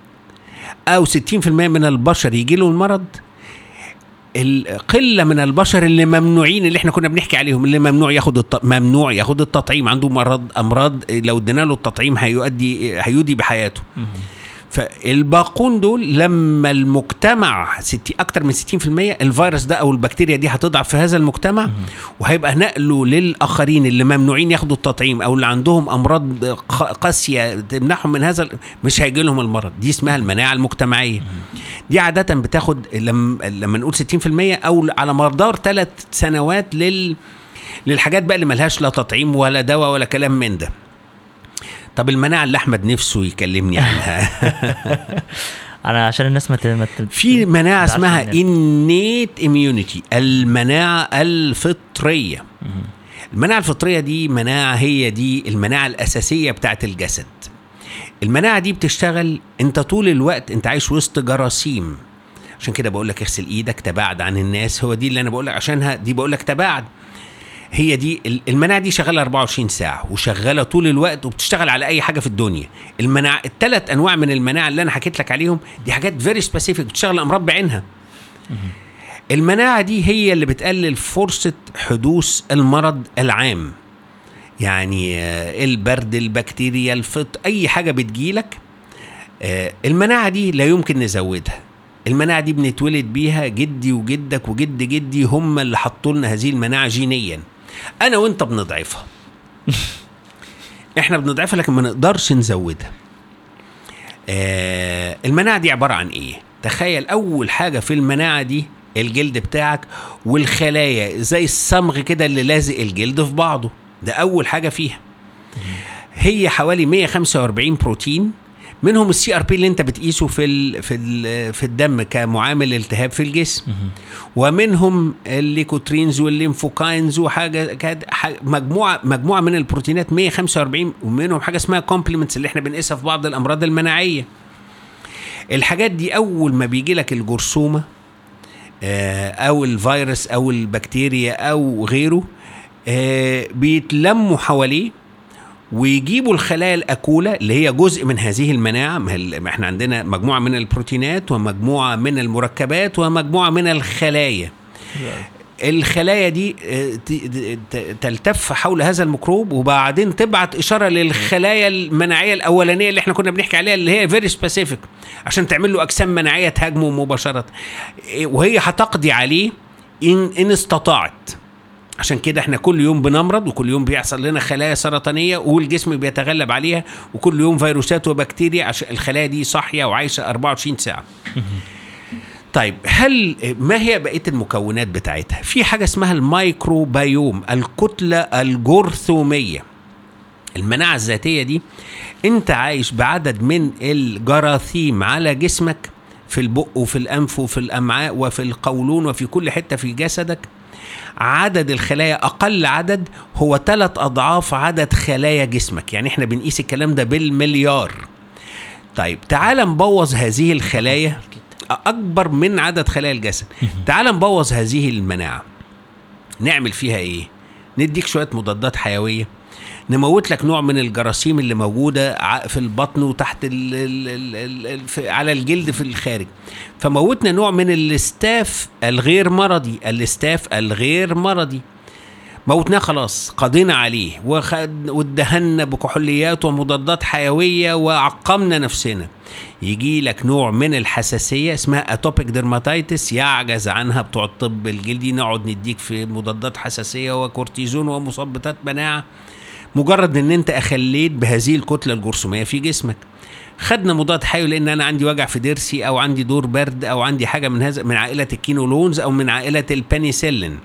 أو ستين في المية من البشر يجيلوا المرض، القلة من البشر اللي ممنوعين اللي احنا كنا بنحكي عليهم اللي ممنوع ياخد الت... ممنوع ياخد التطعيم، عنده مرض أمراض لو ادينا له التطعيم هيؤدي هيودي بحياته. فالباقون دول لما المجتمع ستي اكتر من ستين في المية الفيروس ده او البكتيريا دي هتضعف في هذا المجتمع وهيبقى نقله للاخرين اللي ممنوعين ياخدوا التطعيم او اللي عندهم امراض قاسيه تمنعهم من هذا مش هيجي لهم المرض. دي اسمها المناعه المجتمعيه. دي عاده بتاخد لما لما نقول ستين في المية او على مدار ثلاث سنوات لل للحاجات بقى اللي ملهاش لا تطعيم ولا دواء ولا كلام من ده. طب المناعة اللي أحمد نفسه يكلمني عنها أنا عشان الناس ما مت... في مناعة اسمها innate immunity، المناعة الفطرية. المناعة الفطرية دي مناعة هي دي المناعة الأساسية بتاعت الجسد. المناعة دي بتشتغل أنت طول الوقت أنت عايش وسط جراثيم، عشان كده بقول لك اغسل إيدك، تباعد عن الناس. هو دي اللي أنا بقول لك عشانها، دي بقول لك تباعد. هي دي المناعة دي شغالة أربعة وعشرين ساعة وشغالة طول الوقت وبتشتغل على أي حاجة في الدنيا. المناعة الثلاث أنواع من المناعة اللي أنا حكيت لك عليهم دي حاجات very specific بتشتغل أمراض بعينها. المناعة دي هي اللي بتقلل فرصة حدوث المرض العام، يعني البرد، البكتيريا، الفط، أي حاجة بتجيلك. المناعة دي لا يمكن نزودها. المناعة دي بنتولد بيها، جدي وجدك وجد جدي هم اللي حطوا لنا هذه المناعة جينيا. أنا وأنت بنضعفها. إحنا بنضعفها لكن ما نقدرش نزودها. آه المناعة دي عبارة عن إيه؟ تخيل أول حاجة في المناعة دي الجلد بتاعك والخلايا زي الصمغ كده اللي لازق الجلد في بعضه. ده أول حاجة فيها. هي حوالي مية وخمسة وأربعين بروتين، منهم السي ار بي اللي انت بتقيسه في ال في ال في الدم كمعامل التهاب في الجسم، ومنهم الليكوترينز والليمفوكاينز وحاجه مجموعه مجموعه من البروتينات مية وخمسة وأربعين، ومنهم حاجه اسمها كومبلمنتس اللي احنا بنقيسها في بعض الامراض المناعيه. الحاجات دي اول ما بيجي لك الجرثومه او الفيروس او البكتيريا او غيره بيتلموا حواليه ويجيبوا الخلايا الأكولة اللي هي جزء من هذه المناعة. ما احنا عندنا مجموعة من البروتينات ومجموعة من المركبات ومجموعة من الخلايا. الخلايا دي تلتف حول هذا الميكروب وبعدين تبعت اشاره للخلايا المناعيه الاولانيه اللي احنا كنا بنحكي عليها اللي هي فيري سبيسيفيك عشان تعمل له اجسام مناعيه تهاجمه مباشره، وهي هتقضي عليه ان ان استطاعت. عشان كده احنا كل يوم بنمرض وكل يوم بيحصل لنا خلايا سرطانيه والجسم بيتغلب عليها، وكل يوم فيروسات وبكتيريا عشان الخلايا دي صاحيه وعايشه أربعة وعشرين ساعه. طيب هل ما هي بقيه المكونات بتاعتها؟ في حاجه اسمها الميكروبيوم، الكتله الجرثوميه. المناعه الذاتيه دي انت عايش بعدد من الجراثيم على جسمك، في البق وفي الانف وفي الامعاء وفي القولون وفي كل حته في جسدك. عدد الخلايا اقل عدد هو ثلاث اضعاف عدد خلايا جسمك، يعني احنا بنقيس الكلام ده بالمليار. طيب تعال نبوظ هذه الخلايا اكبر من عدد خلايا الجسد. تعال نبوظ هذه المناعه، نعمل فيها ايه؟ نديك شويه مضادات حيويه، نموت لك نوع من الجراثيم اللي موجوده في البطن وتحت ال ال ال ال على الجلد في الخارج. فموتنا نوع من الاستاف الغير مرضي، الاستاف الغير مرضي موتناه خلاص، قضينا عليه وادهنا بكحوليات ومضادات حيويه وعقمنا نفسنا. يجي لك نوع من الحساسيه اسمها اتوبيك ديرماتيتس يعجز عنها بتوع الطب الجلدي، نقعد نديك في مضادات حساسيه وكورتيزون ومثبطات مناعه. مجرد ان انت اخليت بهذه الكتله الجرثوميه في جسمك. خدنا مضاد حيوي لان انا عندي وجع في ضرسي او عندي دور برد او عندي حاجه من هذا من عائله الكينولونز او من عائله البنيسيلين.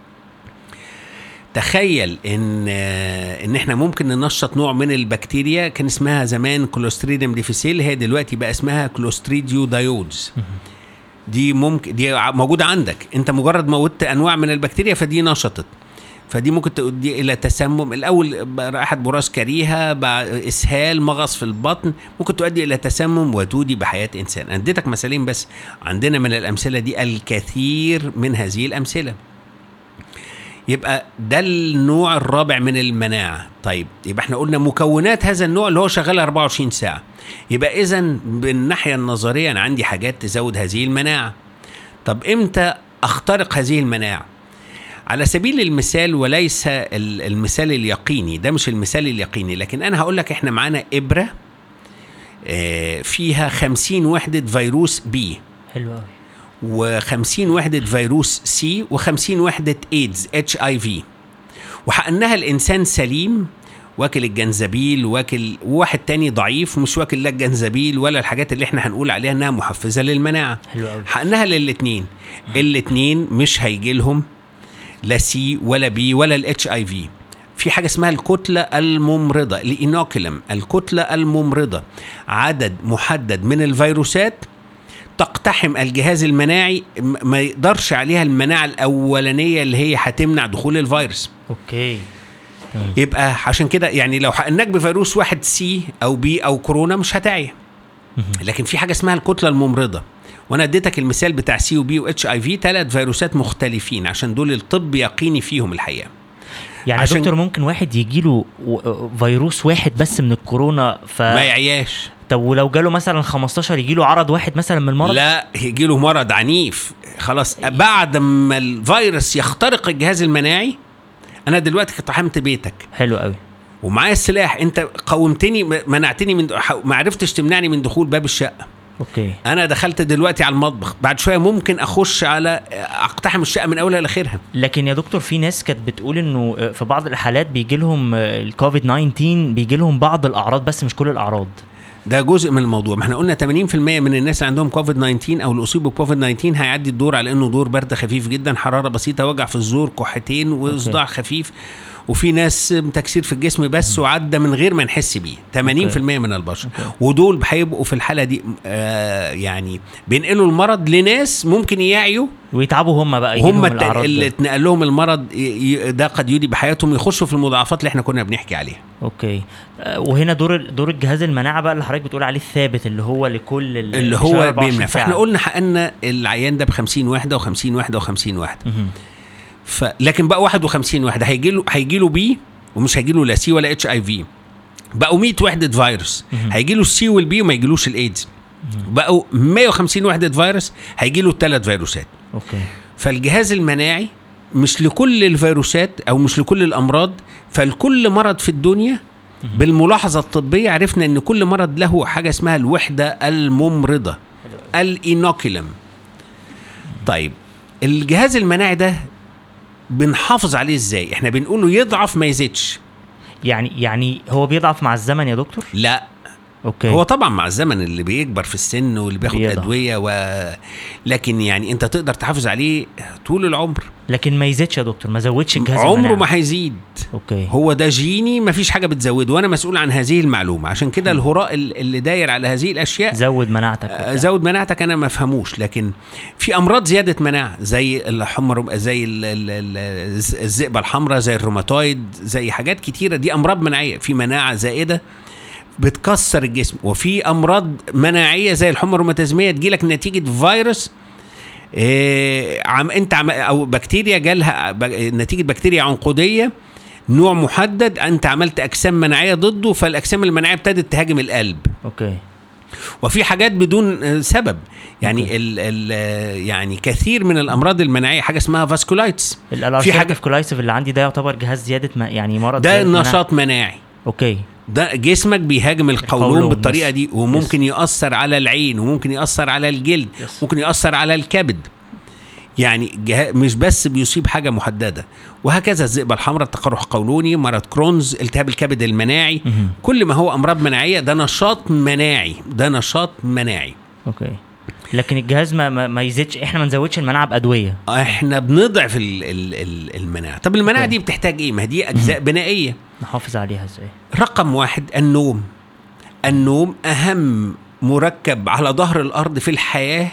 تخيل ان ان احنا ممكن ننشط نوع من البكتيريا كان اسمها زمان كلوستريديوم ديفيسيل، هي دلوقتي بقى اسمها كلوستريديو دايودز. دي ممكن دي موجوده عندك، انت مجرد موتت انواع من البكتيريا فدي نشطت، فدي ممكن تؤدي الى تسمم. الاول رائحه براز كريهه، اسهال، مغص في البطن، ممكن تؤدي الى تسمم وتودي بحياه انسان. اديتك مثالين بس، عندنا من الامثله دي الكثير من هذه الامثله. يبقى ده النوع الرابع من المناعه. طيب يبقى احنا قلنا مكونات هذا النوع اللي هو شغال أربعة وعشرين ساعه. يبقى اذن بالناحيه النظريه انا عندي حاجات تزود هذه المناعه. طب امتى اخترق هذه المناعه؟ على سبيل المثال وليس المثال اليقيني، ده مش المثال اليقيني، لكن أنا هقول لك إحنا معانا إبرة فيها خمسين وحدة فيروس بي، حلو قوي، وخمسين وحدة فيروس سي، وخمسين وحدة إيدز اتش آي في، وحقنها الإنسان سليم واكل الجنزبيل، واكل واحد تاني ضعيف مش واكل لا الجنزبيل ولا الحاجات اللي احنا هنقول عليها انها محفزة للمناعة. حقنها للاتنين، الاتنين مش هيجي لهم لا سي ولا بي ولا الاتش اي في. في حاجة اسمها الكتلة الممرضة، الإينوكولم، الكتلة الممرضة، عدد محدد من الفيروسات تقتحم الجهاز المناعي ما يقدرش عليها المناعة الأولانية اللي هي هتمنع دخول الفيروس. اوكي. يبقى عشان كده يعني لو حقناك بفيروس واحد سي أو بي أو كورونا مش هتعي. لكن في حاجة اسمها الكتلة الممرضة، وانا اديتك المثال بتاع سي وبي واتش اي في، ثلاث فيروسات مختلفين عشان دول الطب يقيني فيهم الحقيقه. يعني دكتور ممكن واحد يجيله فيروس واحد بس من الكورونا ف ما يعياش. طب ولو جاله مثلا خمستاشر يجيله عرض واحد مثلا من المرض؟ لا، يجيله مرض عنيف خلاص. أيه. بعد ما الفيروس يخترق الجهاز المناعي، انا دلوقتي اقتحمت بيتك، حلو قوي، ومعايا السلاح، انت قومتني، منعتني من، ما عرفتش تمنعني من دخول باب الشقه. اوكي. انا دخلت دلوقتي على المطبخ، بعد شويه ممكن اخش على اقتحم الشقه من اولها لاخرها. لكن يا دكتور في ناس كانت بتقول انه في بعض الحالات بيجي لهم الكوفيد تسعة عشر، بيجي لهم بعض الاعراض بس مش كل الاعراض. ده جزء من الموضوع. ما احنا قلنا ثمانين بالمية من الناس اللي عندهم كوفيد تسعة عشر او اللي اصيبوا بكوفيد تسعة عشر هيعدي الدور على انه دور برد خفيف جدا، حراره بسيطه، وجع في الزور، كحتين، وصداع خفيف. وفي ناس تكسير في الجسم بس وعدى من غير ما نحس بيه، ثمانين بالمية من البشر. ودول هيبقوا في الحاله دي آه يعني بينقلوا المرض لناس ممكن يعيوا ويتعبوا هم بقى، هم اللي اتنقل لهم المرض ده قد يودي بحياتهم يخشوا في المضاعفات اللي احنا كنا بنحكي عليها. اوكي. آه وهنا دور دور الجهاز المناعه بقى اللي حضرتك بتقول عليه الثابت، اللي هو لكل اللي هو بيمنع. فاحنا قلنا حقنا العيان ده بخمسين وحده وخمسين وحده وخمسين وحده. ف... لكن بقى واحد وخمسين واحد هيجيله هيجيله بي ومش هيجيله لا سي ولا اتش اي في. بقوا مية وحده فيروس هيجيله السي والبي وما يجيلوش الايدز. بقوا مية وخمسين وحده فيروس هيجيله الثلاث فيروسات. اوكي. فالجهاز المناعي مش لكل الفيروسات او مش لكل الامراض، فالكل مرض في الدنيا بالملاحظة الطبية عرفنا ان كل مرض له حاجة اسمها الوحدة الممرضة، الإينوكيلم. طيب الجهاز المناعي ده بنحافظ عليه ازاي؟ احنا بنقوله يضعف ما يزيدش. يعني يعني هو بيضعف مع الزمن يا دكتور؟ لا اوكي. هو طبعا مع الزمن اللي بيكبر في السن واللي بياخد بيضعف. ادويه و... لكن يعني انت تقدر تحافظ عليه طول العمر. لكن ما يزيدش يا دكتور، ما زودش الجهاز عمره المناعي. ما هيزيد. اوكي. هو ده جيني، ما فيش حاجه بتزوده، وانا مسؤول عن هذه المعلومه. عشان كده الهراء اللي داير على هذه الاشياء زود مناعتك آه زود مناعتك انا ما افهموش. لكن في امراض زياده مناعه زي الحمر، زي ال ال ال الذئبه الحمراء، زي الروماتويد، زي حاجات كتيره، دي امراض مناعيه في مناعه زائده بتكسر الجسم. وفي امراض مناعيه زي الحمى الروماتيزميه تجيلك نتيجه فيروس إيه عم انت عم او بكتيريا جالها ب... نتيجه بكتيريا عنقوديه نوع محدد، انت عملت اجسام مناعيه ضده، فالاجسام المناعيه ابتدت تهاجم القلب. اوكي. وفي حاجات بدون سبب، يعني ال ال يعني كثير من الامراض المناعيه حاجه اسمها فاسكولايتس. في حاجه فاسكولايتس اللي عندي ده يعتبر جهاز زياده ما يعني مرض ده نشاط مناعي. مناعي. اوكي. ده جسمك بيهاجم القولون بالطريقه دي، وممكن يؤثر على العين، وممكن يؤثر على الجلد، ممكن يؤثر على الكبد. يعني مش بس بيصيب حاجه محدده. وهكذا الذئبه الحمراء، تقرح قولوني، مرض كرونز، التهاب الكبد المناعي، كل ما هو امراض مناعيه ده نشاط مناعي، ده نشاط مناعي. اوكي. لكن الجهاز ما ما, ما يزيدش، احنا ما نزودش المناعه بادويه، احنا بنضعف ال ال ال المناعه. طب المناعه دي بتحتاج ايه؟ ما دي اجزاء بنائيه نحافظ عليها ازاي؟ رقم واحد النوم. النوم اهم مركب على ظهر الارض في الحياه،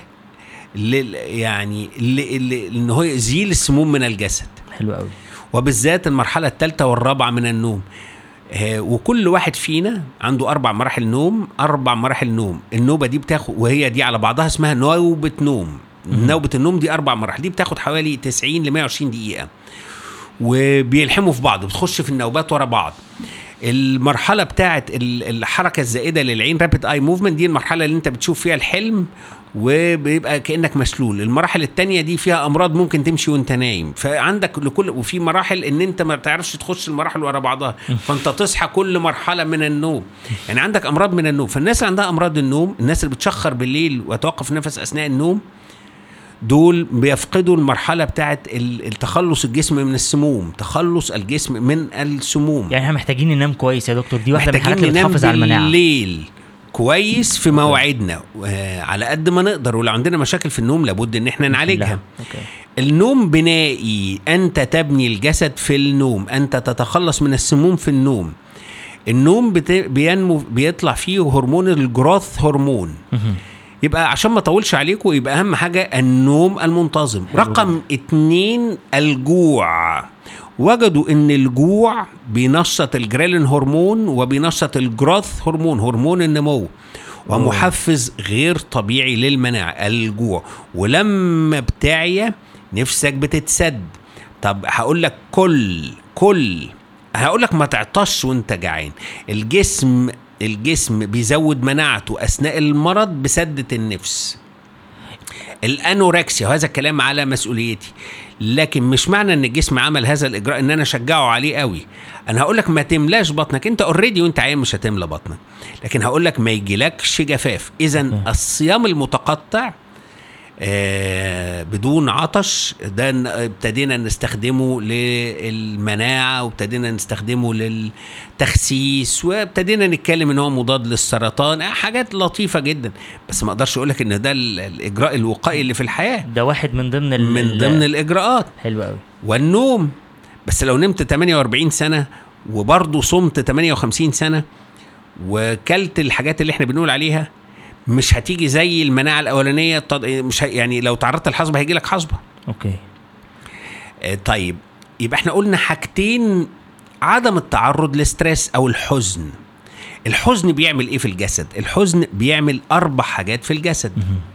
لل يعني ان هو يزيل السموم من الجسد. حلو قوي. وبالذات المرحله الثالثه والرابعه من النوم. آه وكل واحد فينا عنده اربع مراحل نوم، اربع مراحل نوم. النوبه دي بتاخد، وهي دي على بعضها اسمها نوبه نوم. نوبه النوم دي اربع مراحل، دي بتاخد حوالي تسعين ل مية وعشرين دقيقه، وبيلحموا في بعض، بتخش في النوبات ورا بعض. المرحله بتاعه الحركه الزائده للعين، رابيد اي موفمنت، دي المرحله اللي انت بتشوف فيها الحلم وبيبقى كأنك مسلول. المراحل التانية دي فيها أمراض ممكن تمشي وانت نايم، فعندك لكل، وفي مراحل ان انت ما بتعرفش تخش المراحل ورا بعضها، فانت تصحى كل مرحلة من النوم. يعني عندك أمراض من النوم. فالناس اللي عندها أمراض النوم، الناس اللي بتشخر بالليل وتوقف نفس أثناء النوم، دول بيفقدوا المرحلة بتاعت التخلص الجسم من السموم، تخلص الجسم من السموم. يعني احنا محتاجين ننام كويس يا دكتور، دي واحدة من الحاجات اللي بتحافظ على المناعة. بالليل كويس في مواعيدنا على قد ما نقدر، ولو عندنا مشاكل في النوم لابد ان احنا نعالجها. النوم بنائي، انت تبني الجسد في النوم، انت تتخلص من السموم في النوم. النوم بينمو، بيطلع فيه هرمون الجروث هرمون. يبقى عشان ما طولش عليكم، يبقى اهم حاجة النوم المنتظم. رقم اتنين الجوع. وجدوا ان الجوع بينشط الجريلين هرمون وبينشط الجروث هرمون، هرمون النمو، ومحفز غير طبيعي للمناعة الجوع. ولما بتعيا نفسك بتتسد. طب هقول لك كل كل هقول لك ما تعطش وانت جعان. الجسم الجسم بيزود مناعته اثناء المرض بسدة النفس. الانوركسيا، وهذا الكلام على مسؤوليتي، لكن مش معنى ان الجسم عمل هذا الاجراء ان انا اشجعه عليه قوي. انا هقول لك ما تملاش بطنك، انت اوريدي وانت عايم مش هتملى بطنك، لكن هقول لك ما يجيلكش جفاف. اذا الصيام المتقطع آه بدون عطش ده ابتدينا نستخدمه للمناعة، وابتدينا نستخدمه للتخسيس، وابتدينا نتكلم ان هو مضاد للسرطان، حاجات لطيفة جدا. بس ما اقدرش اقولك ان ده الاجراء الوقائي اللي في الحياة، ده واحد من ضمن ال من ضمن الاجراءات. حلو قوي. والنوم، بس لو نمت ثمانية وأربعين سنة وبرضه صمت ثمانية وخمسين سنة وكلت الحاجات اللي احنا بنقول عليها، مش هتيجي زي المناعة الأولانية. مش يعني لو تعرضت الحصبة هيجي لك حصبة. أوكي. آه طيب، يبقى احنا قلنا حاجتين: عدم التعرض للستريس أو الحزن. الحزن بيعمل إيه في الجسد؟ الحزن بيعمل أربع حاجات في الجسد.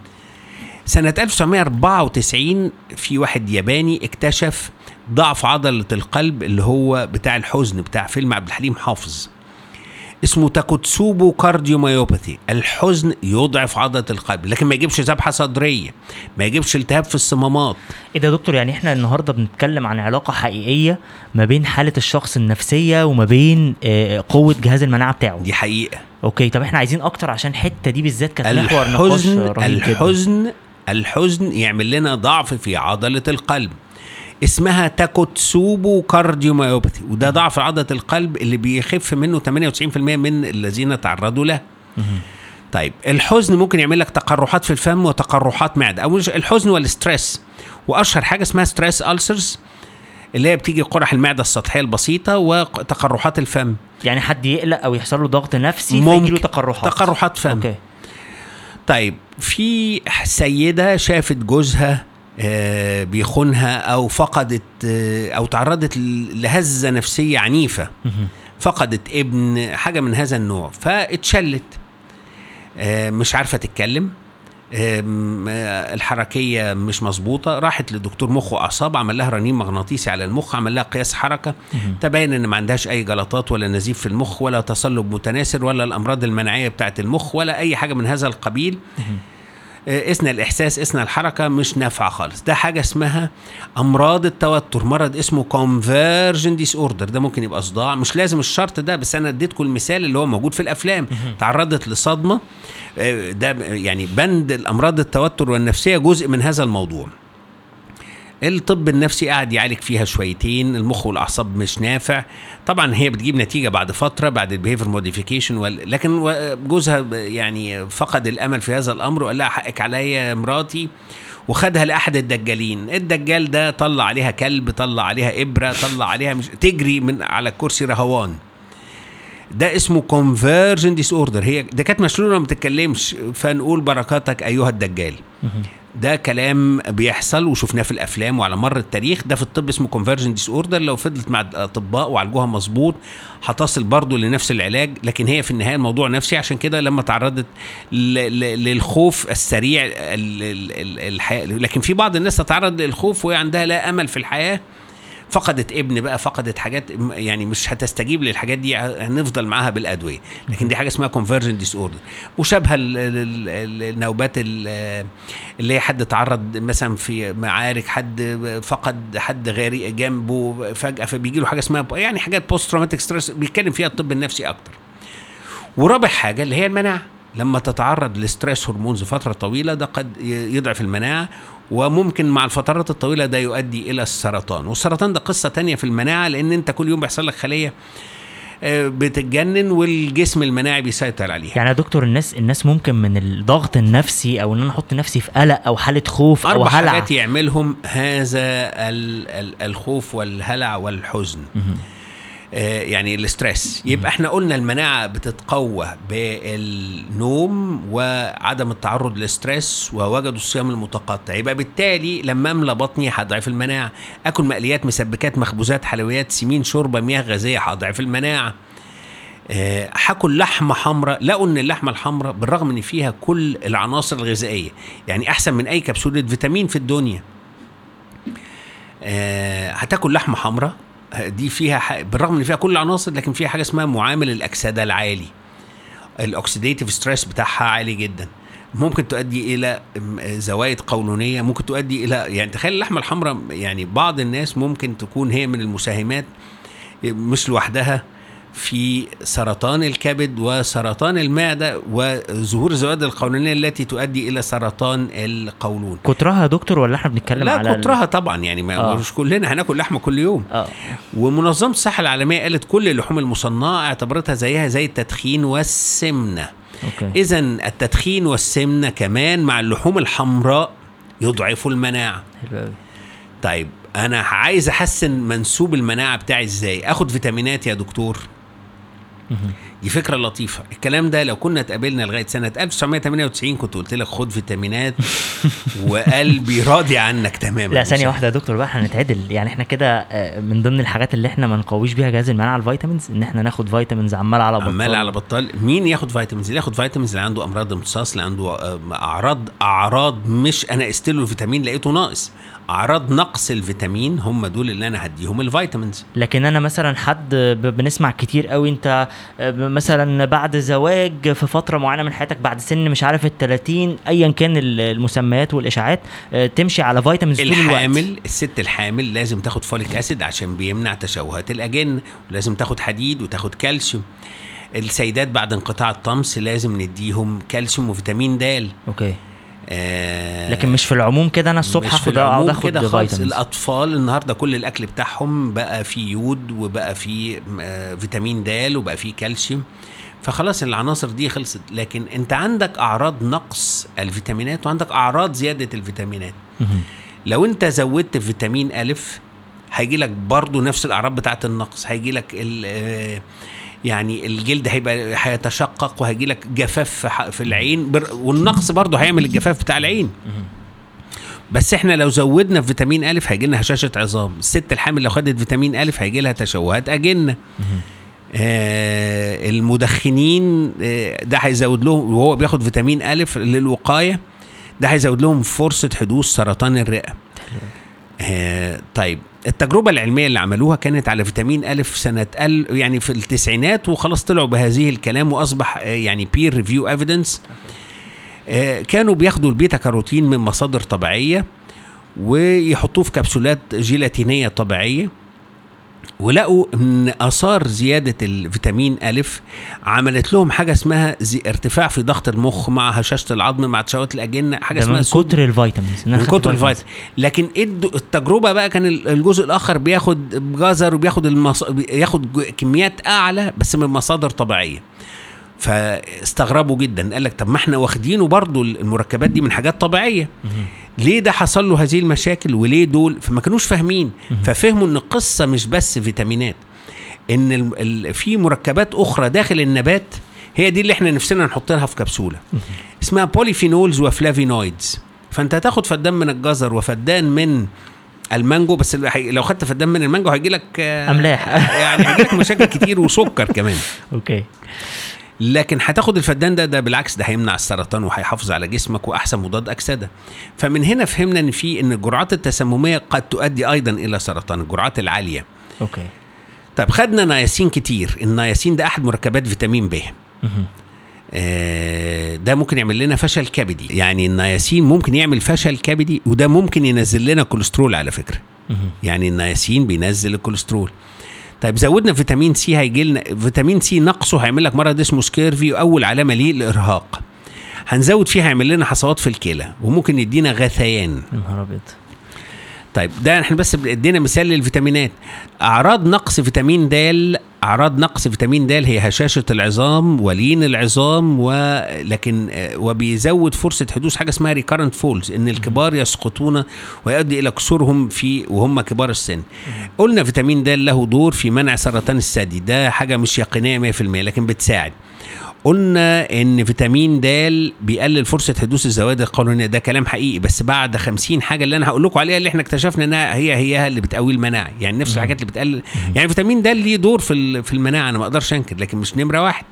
سنة ألف وتسعمائة وأربعة وتسعين في واحد ياباني اكتشف ضعف عضلة القلب اللي هو بتاع الحزن، بتاع فيلم عبد الحليم حافظ. اسمه تاكوتسوبو كارديوميوباثي. الحزن يضعف عضلة القلب، لكن ما يجيبش ذبحة صدرية، ما يجيبش التهاب في الصمامات. ايه ده دكتور؟ يعني احنا النهارده بنتكلم عن علاقة حقيقية ما بين حالة الشخص النفسية وما بين آه قوة جهاز المناعة بتاعه. دي حقيقة. اوكي، طب احنا عايزين اكتر عشان الحتة دي بالذات كانت محور نقاش الحزن رهيب جدا. الحزن الحزن يعمل لنا ضعف في عضلة القلب، اسمها تاكوتسوبو كارديوميوباثي، وده ضعف عضلة القلب اللي بيخف منه ثمانية وتسعين بالمئة من الذين تعرضوا له. طيب الحزن ممكن يعمل لك تقرحات في الفم وتقرحات معدة، او الحزن والستريس، واشهر حاجة اسمها ستريس ألسرز اللي هي بتيجي قرح المعدة السطحية البسيطة وتقرحات الفم. يعني حد يقلق او يحصل له ضغط نفسي ممكن تقرحات تقرحات فم. أوكي. طيب في سيدة شافت جوزها آه بيخونها او فقدت آه او تعرضت لهزة نفسية عنيفة، فقدت ابن، حاجة من هذا النوع، فاتشلت، آه مش عارفة تتكلم، الحركية مش مظبوطة، راحت لدكتور مخ وأعصاب، عمل لها رنين مغناطيسي على المخ، عمل لها قياس حركة، تبين ان ما عندهاش اي جلطات ولا نزيف في المخ ولا تصلب متناثر ولا الامراض المناعية بتاعت المخ ولا اي حاجة من هذا القبيل. اثناء الاحساس اثناء الحركة مش نافعة خالص. ده حاجة اسمها امراض التوتر، مرض اسمه convergent disorder. ده ممكن يبقى صداع، مش لازم الشرط ده، بس انا اديتكم المثال اللي هو موجود في الافلام. تعرضت لصدمة، ده يعني بند الامراض التوتر والنفسية جزء من هذا الموضوع. الطب النفسي قاعد يعالج فيها شويتين، المخ والاعصاب مش نافع. طبعا هي بتجيب نتيجه بعد فتره بعد البيهيفير موديفيكيشن، لكن جوزها يعني فقد الامل في هذا الامر وقال لها حقك عليا يا مراتي، وخدها لاحد الدجالين. الدجال ده طلع عليها كلب، طلع عليها ابره، طلع عليها مش تجري من على الكرسي رهوان. ده اسمه convergent disorder. هي ده كانت مشلوله ما بتتكلمش، فنقول بركاتك ايها الدجال. ده كلام بيحصل وشفناه في الافلام وعلى مر التاريخ. ده في الطب اسمه convergent disorder. لو فضلت مع الاطباء وعالجوها مظبوط هتصل برضو لنفس العلاج، لكن هي في النهايه الموضوع نفسي. عشان كده لما تعرضت للخوف السريع الحياة، لكن في بعض الناس تتعرض للخوف وهي عندها لا امل في الحياه، فقدت ابن بقى، فقدت حاجات، يعني مش هتستجيب للحاجات دي، هنفضل معاها بالأدوية. لكن دي حاجة اسمها convergent disorder، مشابهة النوبات اللي هي حد تعرض مثلا في معارك، حد فقد حد غيري جنبه فجأة فبيجي له حاجة اسمها يعني حاجات post traumatic stress بيتكلم فيها الطب النفسي أكتر. ورابع حاجة اللي هي المناعة، لما تتعرض لستريس هرمونز فترة طويلة ده قد يضعف المناعة، وممكن مع الفترات الطويلة ده يؤدي إلى السرطان. والسرطان ده قصة تانية في المناعة، لأن أنت كل يوم بيحصل لك خلية بتتجنن والجسم المناعي بيسيطر عليها. يعني يا دكتور الناس الناس ممكن من الضغط النفسي أو إن أنا أحط نفسي في قلق أو حالة خوف أو هلع، أربع حاجات يعملهم هذا الخوف والهلع والحزن. يعني الاسترس. يبقى احنا قلنا المناعة بتتقوى بالنوم وعدم التعرض للسترس ووجدوا الصيام المتقطع. يبقى بالتالي لما املى بطني هضعف المناعة، اكل مقليات مسبكات مخبوزات حلويات سمين شوربة مياه غازية هضعف المناعة. أه هاكل لحمة حمراء، لقوا ان اللحمة الحمراء بالرغم ان فيها كل العناصر الغذائية يعني احسن من اي كبسولة فيتامين في الدنيا، أه هتاكل لحمة حمراء دي فيها بالرغم ان فيها كل العناصر لكن فيها حاجه اسمها معامل الاكسده العالي، الاكسيديتيف ستريس بتاعها عالي جدا، ممكن تؤدي الى زوايد قولونيه، ممكن تؤدي الى يعني تخيل اللحمه الحمراء يعني بعض الناس ممكن تكون هي من المساهمات مش لوحدها في سرطان الكبد وسرطان المعدة وظهور الزوائد القولونية التي تؤدي إلى سرطان القولون. كترها يا دكتور ولا احنا بنتكلم لا على كترها طبعا يعني ما آه. مش كلنا هناكل لحمة كل يوم آه. ومنظمة الصحة العالمية قالت كل اللحوم المصنعة اعتبرتها زيها زي التدخين والسمنة. إذن التدخين والسمنة كمان مع اللحوم الحمراء يضعفوا المناعة. طيب أنا عايز أحسن منسوب المناعة بتاعي إزاي؟ أخد فيتامينات يا دكتور. دي فكرة لطيفة. الكلام ده لو كنا اتقابلنا لغاية سنة ألف وتسعمية تمانية وتسعين كنت قلت لك خد فيتامينات وقلبي راضي عنك تماما. لا ثانية واحدة يا دكتور بقى، احنا نتعدل يعني احنا كده من ضمن الحاجات اللي احنا ما نقويش بيها جهاز المناعة الفيتامينز ان احنا ناخد فيتامينز عمال على بطال عمال على بطال. مين ياخد فيتامينز؟ اللي ياخد فيتامينز اللي عنده امراض امتصاص، اللي عنده اعراض اعراض مش انا استله الفيتامين لقيته ناقص، اعراض نقص الفيتامين هم دول اللي انا هديهم الفيتامينز. لكن انا مثلا حد بنسمع كتير قوي انت مثلا بعد زواج في فتره معينه من حياتك، بعد سن مش عارف الثلاثين، ايا كان المسميات والاشاعات، تمشي على فيتامينز طول الوقت. الحامل، الست الحامل لازم تاخد فوليك اسيد عشان بيمنع تشوهات الاجنه، ولازم تاخد حديد وتاخد كالسيوم. السيدات بعد انقطاع الطمس لازم نديهم كالسيوم وفيتامين د. اوكي. آه لكن مش في العموم كده انا الصبح اخد اقعد اخد فيتامينز. الاطفال النهارده كل الاكل بتاعهم بقى فيه يود وبقى فيه آه فيتامين د وبقى فيه كالسيوم، فخلاص العناصر دي خلصت. لكن انت عندك اعراض نقص الفيتامينات وعندك اعراض زياده الفيتامينات. لو انت زودت فيتامين الف هيجي لك برضو نفس الاعراض بتاعه النقص، هيجي لك آه يعني الجلد هيبقى هيتشقق وهيجي لك جفاف في العين، والنقص برضو هيعمل الجفاف بتاع العين. بس احنا لو زودنا فيتامين الف هيجي لنا هشاشة عظام. الست الحامل لو خدت فيتامين الف هيجي لها تشوهات اجنة. آه المدخنين آه ده هيزود لهم، وهو بياخد فيتامين الف للوقاية، ده هيزود لهم فرصة حدوث سرطان الرئة. آه طيب التجربة العلمية اللي عملوها كانت على فيتامين ألف سنة ال يعني في التسعينات، وخلاص طلعوا بهذه الكلام وأصبح يعني peer review evidence. آه كانوا بياخدوا البيتا كاروتين من مصادر طبيعية ويحطوه في كبسولات جيلاتينية طبيعية، ولقوا ان اثار زياده الفيتامين الف عملت لهم حاجه اسمها ارتفاع في ضغط المخ مع هشاشه العظم مع تشوهات الاجنه، حاجه اسمها من كتر الفيتامينز، من كتر الفيتامينز. لكن التجربه بقى كان الجزء الاخر بياخد جزر وبياخد المص... ياخد كميات اعلى بس من مصادر طبيعيه، فاستغربوا جدا. قال لك طب ما احنا واخدينه برضو المركبات دي من حاجات طبيعيه، ليه ده حصل له هذه المشاكل وليه دول؟ فما كانوش فاهمين. ففهموا ان القصه مش بس فيتامينات، ان ال ال في مركبات اخرى داخل النبات هي دي اللي احنا نفسنا نحط لها في كبسوله اسمها بوليفينولز وفلافينويدز. فانت هتاخد فدان من الجزر وفدان من المانجو، بس لو خدت فدان من المانجو هيجي لك املاح يعني هيجي لك مشاكل كتير وسكر كمان. اوكي. لكن هتاخد الفدان ده ده بالعكس ده هيمنع السرطان وهيحافظ على جسمك واحسن مضاد اكسده. فمن هنا فهمنا ان في ان الجرعات التسمميه قد تؤدي ايضا الى سرطان، الجرعات العاليه. اوكي. طب خدنا نياسين كتير، النياسين ده احد مركبات فيتامين ب. آه ده ممكن يعمل لنا فشل كبدي، يعني النياسين ممكن يعمل فشل كبدي، وده ممكن ينزل لنا كوليسترول على فكره. يعني النياسين بينزل الكوليسترول. طيب زودنا فيتامين سي هيجي لنا فيتامين سي نقصه هيعمل لك مرض اسمه سكيرفي، واول علامه ليه الارهاق. هنزود فيه هيعمل لنا حصوات في الكلى وممكن يدينا غثيان. يا نهار ابيض. طيب ده احنا بس ادينا مثال للفيتامينات. اعراض نقص فيتامين د، اعراض نقص فيتامين د هي هشاشه العظام ولين العظام، ولكن وبيزود فرصه حدوث حاجه اسمها ريكارنت فولز، ان الكبار يسقطون ويؤدي الى كسورهم في وهم كبار السن. قلنا فيتامين د له دور في منع سرطان الثدي، ده حاجه مش يقينيه مية في المية لكن بتساعد. قلنا ان فيتامين د بيقلل فرصه حدوث الزوائد القولونيه، ده كلام حقيقي، بس بعد خمسين حاجه اللي انا هقول لكم عليها اللي احنا اكتشفنا انها هي هي اللي بتقوي المناعه، يعني نفس الحاجات اللي بتقلل. يعني فيتامين د ليه دور في في المناعه، انا ما اقدرش انكر، لكن مش نمره واحد.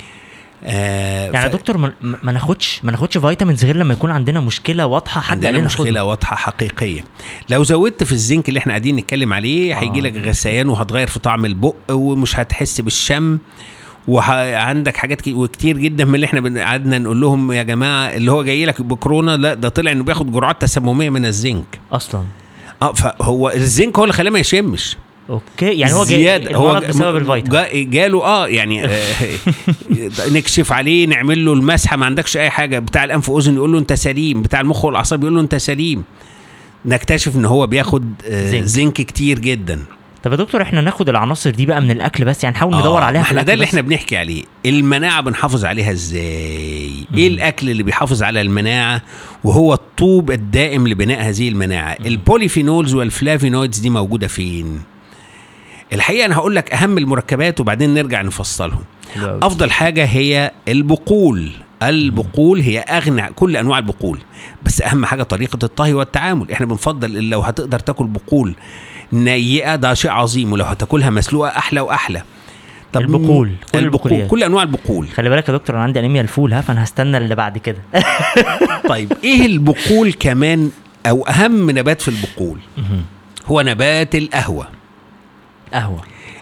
آه يعني ف... دكتور ما, ما ناخدش ما ناخدش فيتامينز غير لما يكون عندنا مشكله واضحه، حد عندنا مشكله واضحه حقيقيه. لو زودت في الزنك اللي احنا قاعدين نتكلم عليه هيجي لك آه. غثيان، وهتغير في طعم البق، ومش هتحس بالشم، وعندك حاجات كتير جدا من اللي احنا قعدنا نقول لهم يا جماعه اللي هو جاي لك بكورونا، لا ده طلع انه بياخد جرعات تسمميه من الزنك اصلا. اه فهو الزنك هو اللي خلاه ما يشمش. اوكي. يعني هو جاي هو بسبب الفيتامين جاله اه يعني آه نكشف عليه نعمل له المسحه، ما عندكش اي حاجه، بتاع الانف واذن يقول له انت سليم، بتاع المخ والاعصاب يقول له انت سليم، نكتشف ان هو بياخد آه زنك. زنك كتير جدا. طب يا دكتور احنا ناخد العناصر دي بقى من الاكل بس، يعني نحاول ندور عليها في احنا ده اللي احنا بنحكي عليه. المناعه بنحافظ عليها ازاي؟ مم. ايه الاكل اللي بيحافظ على المناعه وهو الطوب الدائم لبناء هذه المناعه؟ مم. البوليفينولز والفلافينويدز دي موجوده فين؟ الحقيقه انا هقول لك اهم المركبات وبعدين نرجع نفصلهم. افضل حاجه هي البقول. البقول هي اغنى كل انواع البقول، بس اهم حاجه طريقه الطهي والتعامل. احنا بنفضل لو هتقدر تاكل بقول نيئه ده شيء عظيم، ولو هتاكلها مسلوقه احلى واحلى. طب البقول كل البقول كل انواع البقول. خلي بالك يا دكتور انا عندي انيميا الفول، ها فانا هستنى اللي بعد كده. طيب ايه البقول كمان؟ او اهم نبات في البقول هو نبات القهوه. قهوه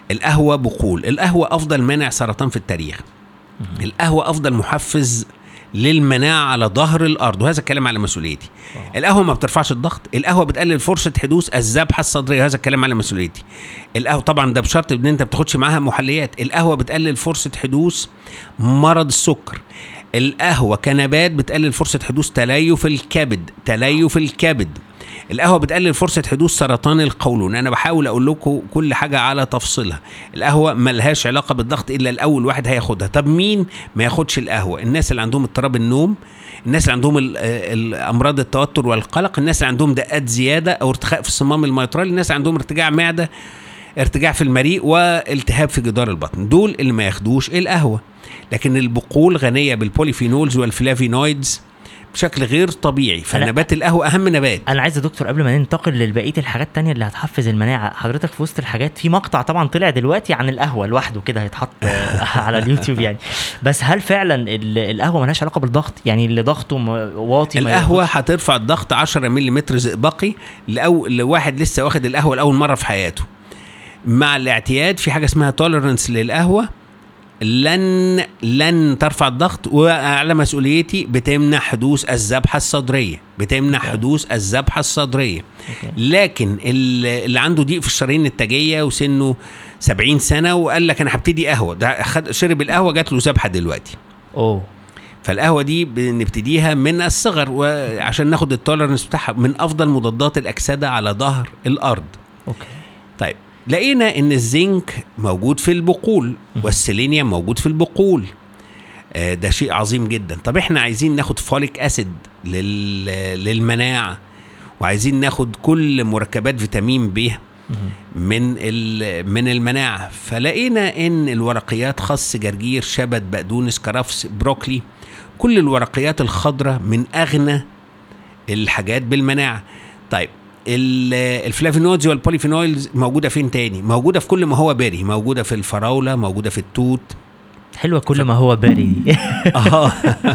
القهوة بقول. القهوة أفضل مانع سرطان في التاريخ. القهوة أفضل محفز للمناعة على ظهر الأرض، وهذا الكلام على مسؤوليتي. القهوة ما بترفعش الضغط. القهوة بتقلل فرصة حدوث الذبحة الصدرية، وهذا الكلام على مسؤوليتي. القهوة طبعا ده بشرط ان انت بتاخدش معاها محليات. القهوة بتقلل فرصة حدوث مرض السكر. القهوة كنبات بتقلل فرصة حدوث تليف الكبد تليف الكبد. القهوة بتقلل فرصة حدوث سرطان القولون. أنا بحاول أقول لكم كل حاجة على تفصيلها. القهوة ملهاش علاقة بالضغط إلا الأول واحد هياخدها. طب مين ما ياخدش القهوة؟ الناس اللي عندهم اضطراب النوم، الناس اللي عندهم الأمراض التوتر والقلق، الناس اللي عندهم دقات زيادة أو ارتخاء في الصمام الميترالي، الناس اللي عندهم ارتجاع معدة، ارتجاع في المريء، والتهاب في جدار البطن. دول اللي ما ياخدوش القهوة. لكن البقول غنية بالبوليفينولز والفلافينويدز بشكل غير طبيعي، فنبات القهوة أهم نبات. أنا عايز يا دكتور قبل ما ننتقل للبقية الحاجات التانية اللي هتحفز المناعة، حضرتك في وسط الحاجات في مقطع طبعا طلع دلوقتي عن القهوة لوحده كده هيتحط على اليوتيوب يعني، بس هل فعلا القهوة ملهاش علاقة بالضغط؟ يعني اللي ضغطه واطي القهوة هترفع الضغط عشرة مليمتر زئبقي لأو لواحد لسه واخد القهوة لأول مرة في حياته. مع الاعتياد في حاجة اسمها توليرنس للقهوة لن لن ترفع الضغط، وعلى مسؤوليتي بتمنع حدوث الذبحة الصدرية بتمنع okay. حدوث الذبحة الصدرية okay. لكن اللي عنده ضيق في الشرايين التاجية وسنه سبعين سنة وقال لك أنا هبتدي قهوة، ده شرب القهوة جات له ذبحة دلوقتي. أوه. فالقهوة دي بنبتديها من الصغر، وعشان ناخد التولرنس بتاعها من أفضل مضادات الأكسدة على ظهر الأرض. أوكي. طيب لقينا ان الزنك موجود في البقول والسيلينيوم موجود في البقول، آه ده شيء عظيم جدا. طب احنا عايزين ناخد فوليك اسيد للمناعة، وعايزين ناخد كل مركبات فيتامين ب من من المناعة. فلقينا ان الورقيات خس، جرجير، شبت، بقدونس، كرفس، بروكلي، كل الورقيات الخضراء من اغنى الحاجات بالمناعة. طيب الفلافينويدز والبوليفينويدز موجودة فين تاني؟ موجودة في كل ما هو باري، موجودة في الفراولة، موجودة في التوت. حلوة كل ف... ما هو باري. اه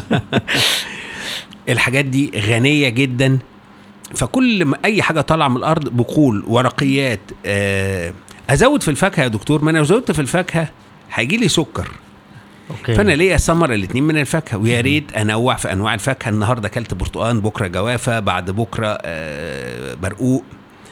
الحاجات دي غنية جدا. فكل ما اي حاجة طالعة من الارض بقول، ورقيات. آه ازود في الفاكهة يا دكتور، ما انا زودت في الفاكهة هيجي لي سكر. أوكي. فانا ليه اسمر الاثنين من الفاكهه؟ ويا ريت انوع في انواع الفاكهه. النهارده اكلت برتقان، بكره جوافه، بعد بكره آه برقوق.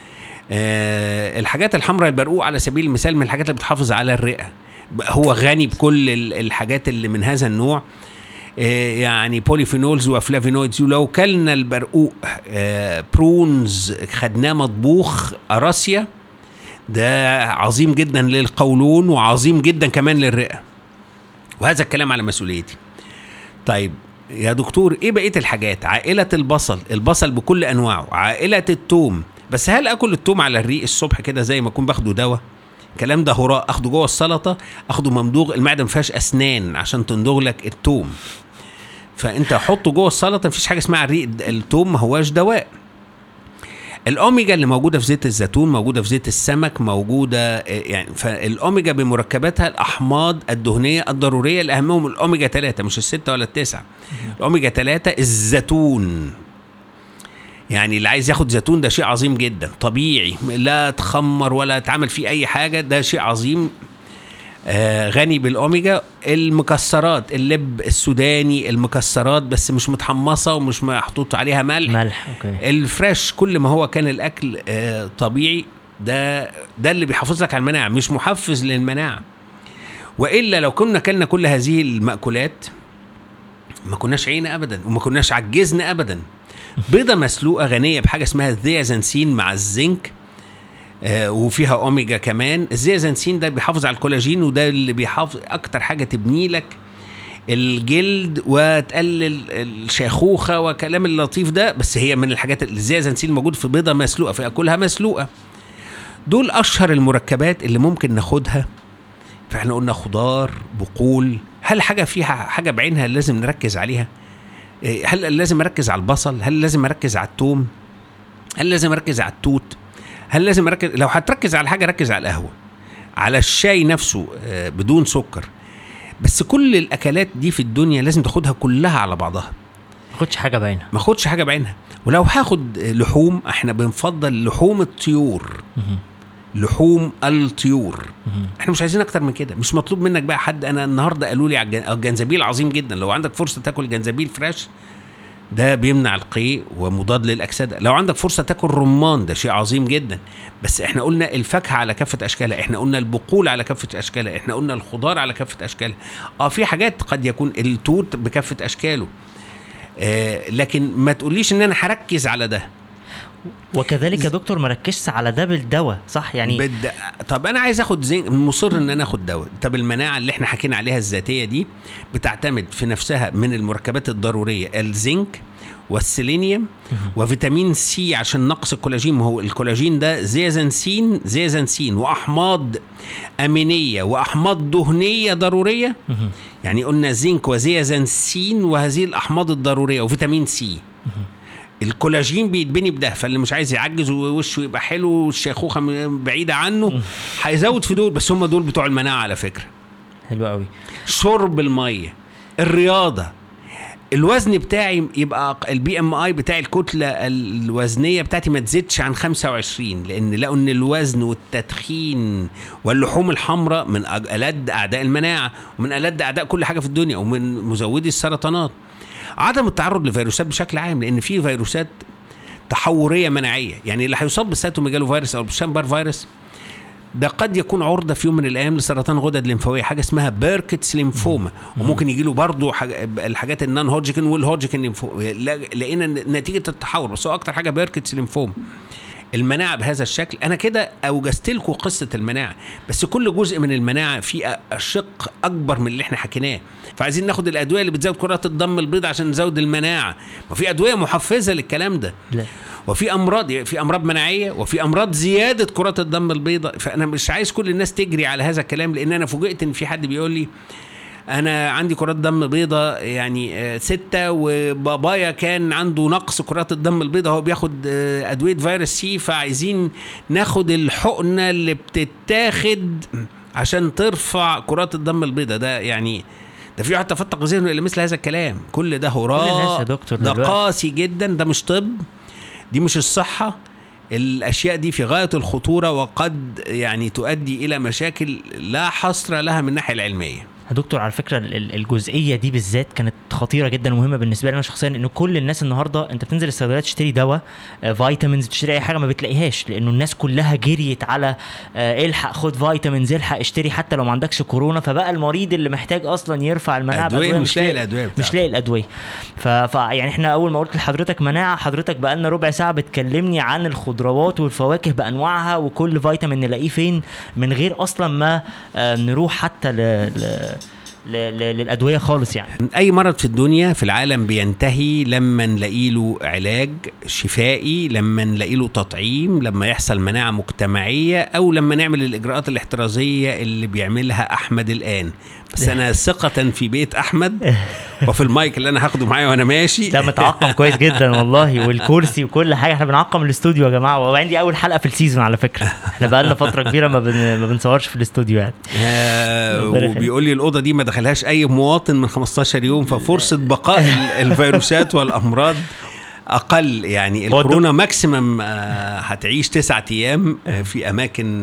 آه الحاجات الحمراء، البرقوق على سبيل المثال من الحاجات اللي بتحافظ على الرئه، هو غني بكل الحاجات اللي من هذا النوع، آه يعني بوليفينولز وفلافينويدز. ولو كلنا البرقوق آه برونز خدناه مطبوخ قراصية، ده عظيم جدا للقولون وعظيم جدا كمان للرئه، وهذا الكلام على مسؤوليتي. طيب يا دكتور ايه بقية الحاجات؟ عائلة البصل، البصل بكل انواعه، عائلة التوم. بس هل اكل التوم على الريق الصبح كده زي ما اكون باخده دواء؟ الكلام ده هراء. اخده جوه السلطة، اخده ممضوغ، المعدة مفيهاش اسنان عشان تندغ لك التوم، فانت حطه جوه السلطة. مفيش حاجة اسمها الريق التوم، ما هواش دواء. الأوميجا اللي موجودة في زيت الزيتون، موجودة في زيت السمك، موجودة يعني. فالأوميجا بمركباتها الأحماض الدهنية الضرورية، الأهمهم الأوميجا ثلاثة، مش الستة ولا التسعة. الأوميجا ثلاثة الزيتون، يعني اللي عايز ياخد زيتون ده شيء عظيم جدا، طبيعي، لا تخمر ولا تعمل فيه أي حاجة، ده شيء عظيم. آه غني بالأوميجا. المكسرات، اللب السوداني، المكسرات بس مش متحمصة ومش محطوط عليها ملح ملح أوكي. الفريش، كل ما هو كان الأكل آه طبيعي، ده ده اللي بيحافظ لك على المناعة، مش محفز للمناعة. وإلا لو كنا كلنا كل هذه المأكولات ما كناش عينا أبدا، وما كناش عجزنا أبدا. بيضة مسلوقة غنية بحاجة اسمها الزيازانسين مع الزنك، آه وفيها أوميجا كمان. الزيازانسين ده بيحافظ على الكولاجين، وده اللي بيحافظ أكتر حاجة تبني لك الجلد وتقلل الشيخوخة وكلام اللطيف ده. بس هي من الحاجات، الزيازانسين موجود في بيضة مسلوقة، فأكلها مسلوقة. دول أشهر المركبات اللي ممكن ناخدها. فإحنا قلنا خضار، بقول. هل حاجة فيها حاجة بعينها لازم نركز عليها؟ هل لازم أركز على البصل؟ هل لازم أركز على التوم؟ هل لازم أركز على التوت؟ هل لازم أركز؟ لو هتركز على حاجة ركز على القهوة، على الشاي نفسه بدون سكر. بس كل الأكلات دي في الدنيا لازم تاخدها كلها على بعضها، ما خدش حاجة بعينها، ما خدش حاجة بعينها. ولو هاخد لحوم، احنا بنفضل لحوم الطيور، لحوم الطيور. احنا مش عايزين اكتر من كده. مش مطلوب منك بقى حد. انا النهارده قالوا لي على الجنزبيل عظيم جدا، لو عندك فرصه تاكل جنزبيل فريش ده بيمنع القيء ومضاد للاكسده. لو عندك فرصه تاكل رمان ده شيء عظيم جدا. بس احنا قلنا الفاكهه على كافه اشكالها، احنا قلنا البقول على كافه اشكالها، احنا قلنا الخضار على كافه اشكالها. اه في حاجات قد يكون التوت بكافه اشكاله، آه لكن ما تقوليش ان انا هركز على ده. وكذلك يا دكتور ما ركزش على ده بالدواء، صح يعني؟ بد... طب انا عايز اخد زنك، مصر ان انا اخد دواء. طب المناعه اللي احنا حكينا عليها الذاتيه دي بتعتمد في نفسها من المركبات الضروريه الزنك والسيلينيوم وفيتامين سي عشان نقص الكولاجين. ما هو الكولاجين ده زيازنسين زيازنسين واحماض امينيه واحماض دهنيه ضروريه. يعني قلنا زنك وزيازنسين وهذه الاحماض الضروريه وفيتامين سي. الكولاجين بيتبني بده، فاللي مش عايز يعجز ووشه يبقى حلو والشيخوخه بعيده عنه هيزود في دول. بس هم دول بتوع المناعه على فكره. حلو قوي. شرب الميه، الرياضه، الوزن بتاعي يبقى البي ام اي بتاعي الكتله الوزنيه بتاعتي ما تزيدش عن خمسة وعشرين، لان لقوا ان الوزن والتدخين واللحوم الحمراء من ألد اعداء المناعه ومن ألد اعداء كل حاجه في الدنيا ومن مزودي السرطانات. عدم التعرض لفيروسات بشكل عام، لان في فيروسات تحوريه مناعيه. يعني اللي هيصاب بالسيتوميجالو فيروس او بالشامبر فيروس ده قد يكون عرضه في يوم من الايام لسرطان غدد ليمفاويه، حاجه اسمها بيركتس ليمفوما. وممكن يجي له برضه الحاجات النون هوجكن والهوجكن ليمفوما، لقينا نتيجه التحور. بس هو اكتر حاجه بيركتس ليمفوما. المناعه بهذا الشكل. انا كده اوجزت لكم قصه المناعه، بس كل جزء من المناعه في شق اكبر من اللي احنا حكيناه. فعايزين ناخد الادويه اللي بتزود كرات الدم البيضاء عشان نزود المناعه، وفي ادويه محفزه للكلام ده. لا. وفي امراض، في امراض مناعيه وفي امراض زياده كرات الدم البيضاء. فانا مش عايز كل الناس تجري على هذا الكلام، لان انا فوجئت ان في حد بيقول لي انا عندي كرات دم بيضاء يعني ستة، وبابايا كان عنده نقص كرات الدم البيضاء، هو بياخد ادويه فيروس سي، فعايزين ناخد الحقنه اللي بتتاخد عشان ترفع كرات الدم البيضاء. ده يعني ده في حتى فتق ذهنه الى مثل هذا الكلام. كل ده هراء، ده قاسي جدا، ده مش طب، دي مش الصحه. الاشياء دي في غايه الخطوره وقد يعني تؤدي الى مشاكل لا حصر لها من الناحيه العلميه. دكتور على فكره الجزئيه دي بالذات كانت خطيره جدا ومهمه بالنسبه لي انا شخصيا، ان كل الناس النهارده انت بتنزل الصيدليات تشتري دواء فيتامينز، تشتري اي حاجه ما بتلاقيهاش، لانه الناس كلها جريت على الحق خد فيتامينز، الحق اشتري حتى لو ما عندكش كورونا. فبقى المريض اللي محتاج اصلا يرفع المناعه أدوية مش لاقي الادويه مش لاقي الادويه. ف يعني احنا اول ما قلت لحضرتك مناعه، حضرتك بقى لنا ربع ساعه بتكلمني عن الخضروات والفواكه بانواعها وكل فيتامين نلاقيه فين، من غير اصلا ما نروح حتى ل... ل... للأدوية خالص. يعني أي مرض في الدنيا في العالم بينتهي لما نلاقي له علاج شفائي، لما نلاقي له تطعيم، لما يحصل مناعة مجتمعية، أو لما نعمل الإجراءات الاحترازية اللي بيعملها أحمد الآن. بس أنا ثقة في بيت أحمد وفي المايك اللي أنا هاخده معايا وأنا ماشي. لا متعقم كويس جدا والله، والكرسي وكل حاجة. احنا بنعقم الاستوديو يا جماعة، وعندي أول حلقة في السيزون على فكرة. احنا بقالنا فترة كبيرة ما, بن... ما بنصورش في الاستوديو يعني. آه وبيقول لي الأوضة دي ما دخلهاش أي مواطن من خمستاشر يوم، ففرصة بقاء الفيروسات والأمراض أقل. يعني الكورونا ماكسيمم هتعيش تسعة أيام في أماكن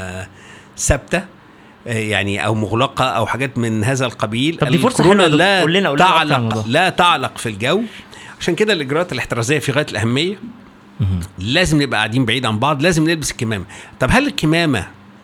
ثابتة يعني أو مغلقة أو حاجات من هذا القبيل. الكورونا لا قلنا قلنا تعلق لا تعلق في الجو، عشان كده الإجراءات الاحترازية في غاية الأهمية. لازم نبقى قاعدين بعيد عن بعض، لازم نلبس الكمامة. طب هل الكمامة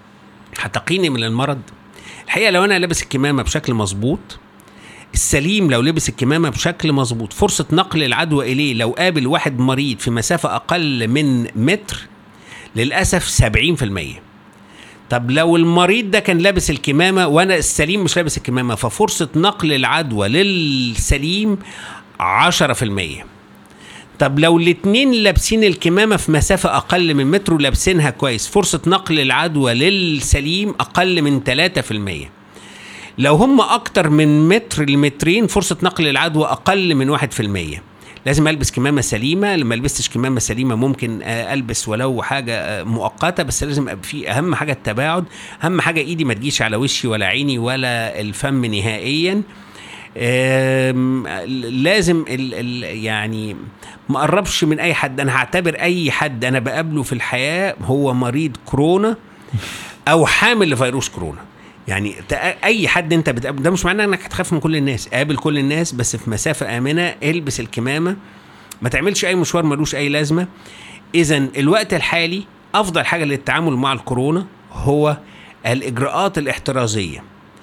هتقيني من المرض؟ الحقيقة لو أنا لابس الكمامة بشكل مظبوط، السليم لو لبس الكمامة بشكل مظبوط، فرصة نقل العدوى إليه لو قابل واحد مريض في مسافة أقل من متر للأسف سبعين في المية. طب لو المريض ده كان لابس الكمامة وأنا السليم مش لابس الكمامة، ففرصة نقل العدوى للسليم عشرة في المية. طب لو الاتنين لابسين الكمامة في مسافة أقل من متر ولابسينها كويس، فرصة نقل العدوى للسليم أقل من ثلاثة في المية. لو هم أكتر من متر لمترين، فرصة نقل العدوى أقل من واحد في المية. لازم ألبس كمامة سليمة. لما لبستش كمامة سليمة ممكن ألبس ولو حاجة مؤقتة، بس لازم أبقى في أهم حاجة التباعد، أهم حاجة إيدي ما تجيش على وشي ولا عيني ولا الفم نهائيا. لازم ال ال يعني ما قربش من اي حد. انا هعتبر اي حد انا بقابله في الحياه هو مريض كورونا او حامل لفيروس كورونا. يعني اي حد انت بتقابله ده مش معناه انك هتخاف من كل الناس. قابل كل الناس بس في مسافه امنه، البس الكمامه، ما تعملش اي مشوار ملوش اي لازمه. اذا الوقت الحالي افضل حاجه للتعامل مع الكورونا هو الاجراءات الاحترازيه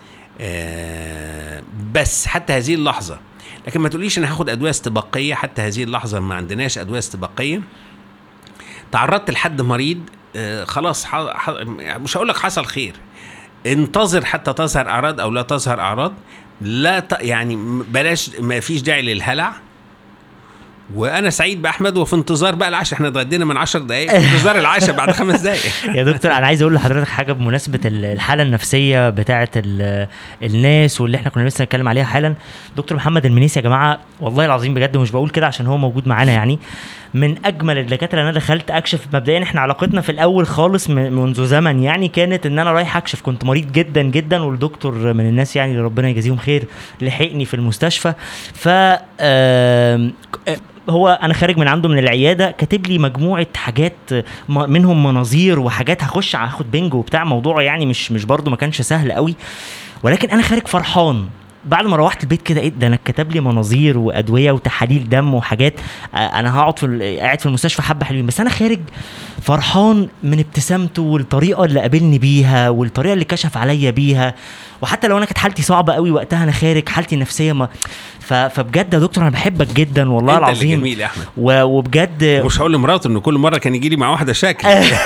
بس حتى هذه اللحظه. لكن ما تقوليش انا هاخد ادويه استباقيه، حتى هذه اللحظه ما عندناش ادويه استباقيه. تعرضت لحد مريض خلاص ح... ح... مش هقول لك حصل خير، انتظر حتى تظهر اعراض او لا تظهر اعراض. لا ت... يعني بلاش، ما فيش داعي للهلع. وانا سعيد باحمد وفي انتظار بقى العشاء. احنا اتغدينا من عشر دقائق، في انتظار العشاء بعد خمس دقائق. يا دكتور انا عايز اقول لحضرتك حاجه بمناسبه الحاله النفسيه بتاعه الناس واللي احنا كنا لسه نتكلم عليها حالا. دكتور محمد المنيسي يا جماعه والله العظيم بجد مش بقول كده عشان هو موجود معانا، يعني من اجمل الدكاتره اللي انا دخلت اكشف. مبدئيا احنا علاقتنا في الاول خالص منذ زمن يعني كانت ان انا رايح اكشف، كنت مريض جدا جدا والدكتور من الناس يعني اللي ربنا يجازيهم خير لحقني في المستشفى. ف هو انا خارج من عنده من العياده كاتب لي مجموعه حاجات منهم مناظير وحاجات هخش هاخد بنج وبتاع. موضوع يعني مش مش برضو ما كانش سهل قوي، ولكن انا خارج فرحان. بعد ما روحت البيت كده ايه ده، انا كتب لي مناظير وادويه وتحاليل دم وحاجات. انا هقعد في قاعد في المستشفى حبه حلوين، بس انا خارج فرحان من ابتسامته والطريقه اللي قابلني بيها والطريقه اللي كشف عليا بيها. وحتى لو انا كانت حالتي صعبه قوي وقتها انا خارج حالتي النفسيه ما فبجد يا دكتور انا بحبك جدا والله العظيم. جميل يا احمد. وبجد مش هقول لمراته انه كل مره كان يجي لي مع واحده شكل.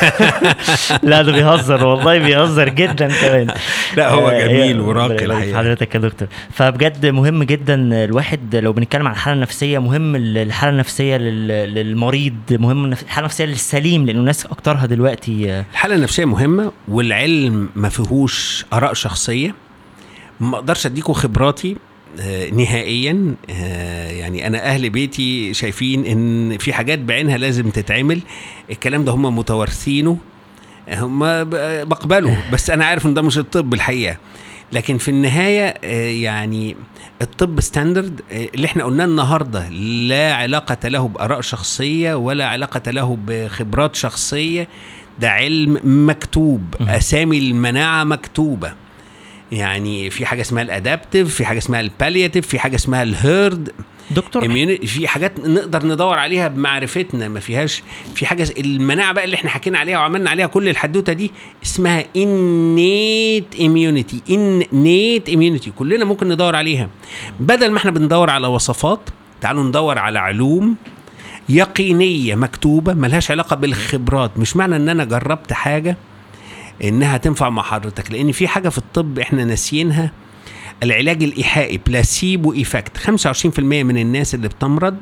لا ده بيهزر والله، بيهزر جدا كمان. لا هو جميل وراقي الحقيقه حضرتك يا دكتور. فبجد مهم جدا الواحد لو بنتكلم عن الحاله النفسيه، مهم الحاله النفسيه للمريض، مهم الحاله النفسيه للسليم، لانه الناس اكترها دلوقتي. الحاله النفسيه مهمه، والعلم ما فيهوش اراء شخصيه. ما اقدرش اديكم خبراتي نهائيا. يعني انا اهل بيتي شايفين ان في حاجات بعينها لازم تتعمل، الكلام ده هم متوارثينه، هم بقبله، بس انا عارف ان ده مش الطب الحقيقه. لكن في النهايه يعني الطب ستاندرد اللي احنا قلناه النهارده لا علاقه له باراء شخصيه ولا علاقه له بخبرات شخصيه. ده علم مكتوب، اسامي المناعه مكتوبه. يعني في حاجه اسمها الادابتيف، في حاجه اسمها البالياتيف، في حاجه اسمها الهيرد دكتور. في حاجات نقدر ندور عليها بمعرفتنا، ما فيهاش. في حاجه المناعه بقى اللي احنا حكينا عليها وعملنا عليها كل الحدوته دي اسمها innate immunity. innate immunity كلنا ممكن ندور عليها. بدل ما احنا بندور على وصفات، تعالوا ندور على علوم يقينيه مكتوبه ملهاش علاقه بالخبرات. مش معنى ان انا جربت حاجه انها تنفع مع حضرتك، لان في حاجه في الطب احنا ناسيينها، العلاج الايحائي، بلاسيبو ايفكت. خمسة وعشرين بالمية من الناس اللي بتمرض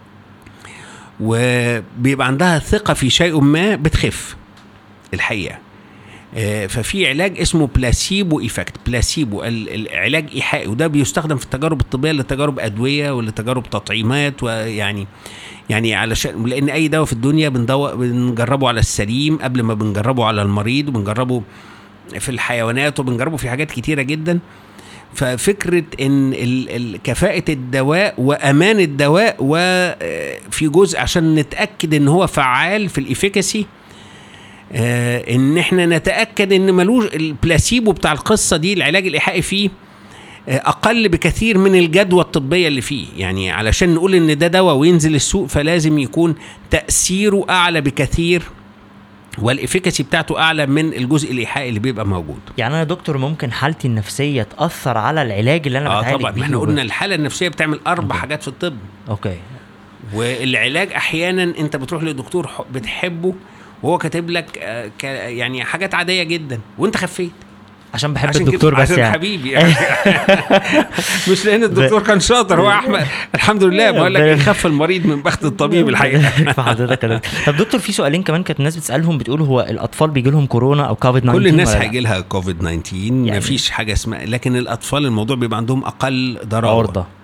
وبيبقى عندها ثقه في شيء ما بتخف الحقيقه. ففي علاج اسمه بلاسيبو ايفكت. بلاسيبو العلاج ايحائي، وده بيستخدم في التجارب الطبيه لتجارب ادويه ولتجارب تطعيمات. ويعني يعني علشان لان اي دواء في الدنيا بندور بنجربه على السليم قبل ما بنجربه على المريض، وبنجربه في الحيوانات، وبنجربه في حاجات كتيره جدا. ففكره ان كفاءه الدواء وامان الدواء، وفي جزء عشان نتاكد ان هو فعال في الافيكاسي، ان احنا نتاكد ان ملوش البلاسيبو بتاع القصه دي، العلاج الايحائي فيه اقل بكثير من الجدوى الطبيه اللي فيه. يعني علشان نقول ان ده دواء وينزل السوق فلازم يكون تاثيره اعلى بكثير والافيكاسي بتاعته اعلى من الجزء الايحائي اللي بيبقى موجود. يعني انا دكتور ممكن حالتي النفسيه تاثر على العلاج اللي انا آه بتعالج طبعا. بيه؟ احنا قلنا الحاله النفسيه بتعمل اربع أوكي. حاجات في الطب. اوكي. والعلاج احيانا انت بتروح لدكتور بتحبه وهو كاتب لك يعني حاجات عاديه جدا وانت خفيت عشان بحب عشان الدكتور بس يعني حبيبي يعني. مش لان الدكتور كان شاطر، هو احمد الحمد لله بقول لك يخف المريض من بخت الطبيب الحقيقه. فحضرتك طب دكتور في سؤالين كمان كانت الناس بتسالهم، بتقول هو الاطفال بيجي لهم كورونا او كوفيد تسعة عشر؟ كل الناس هيجي لها كوفيد تسعة عشر، يعني مفيش حاجه اسمها، لكن الاطفال الموضوع بيبقى عندهم اقل ضرر عرضه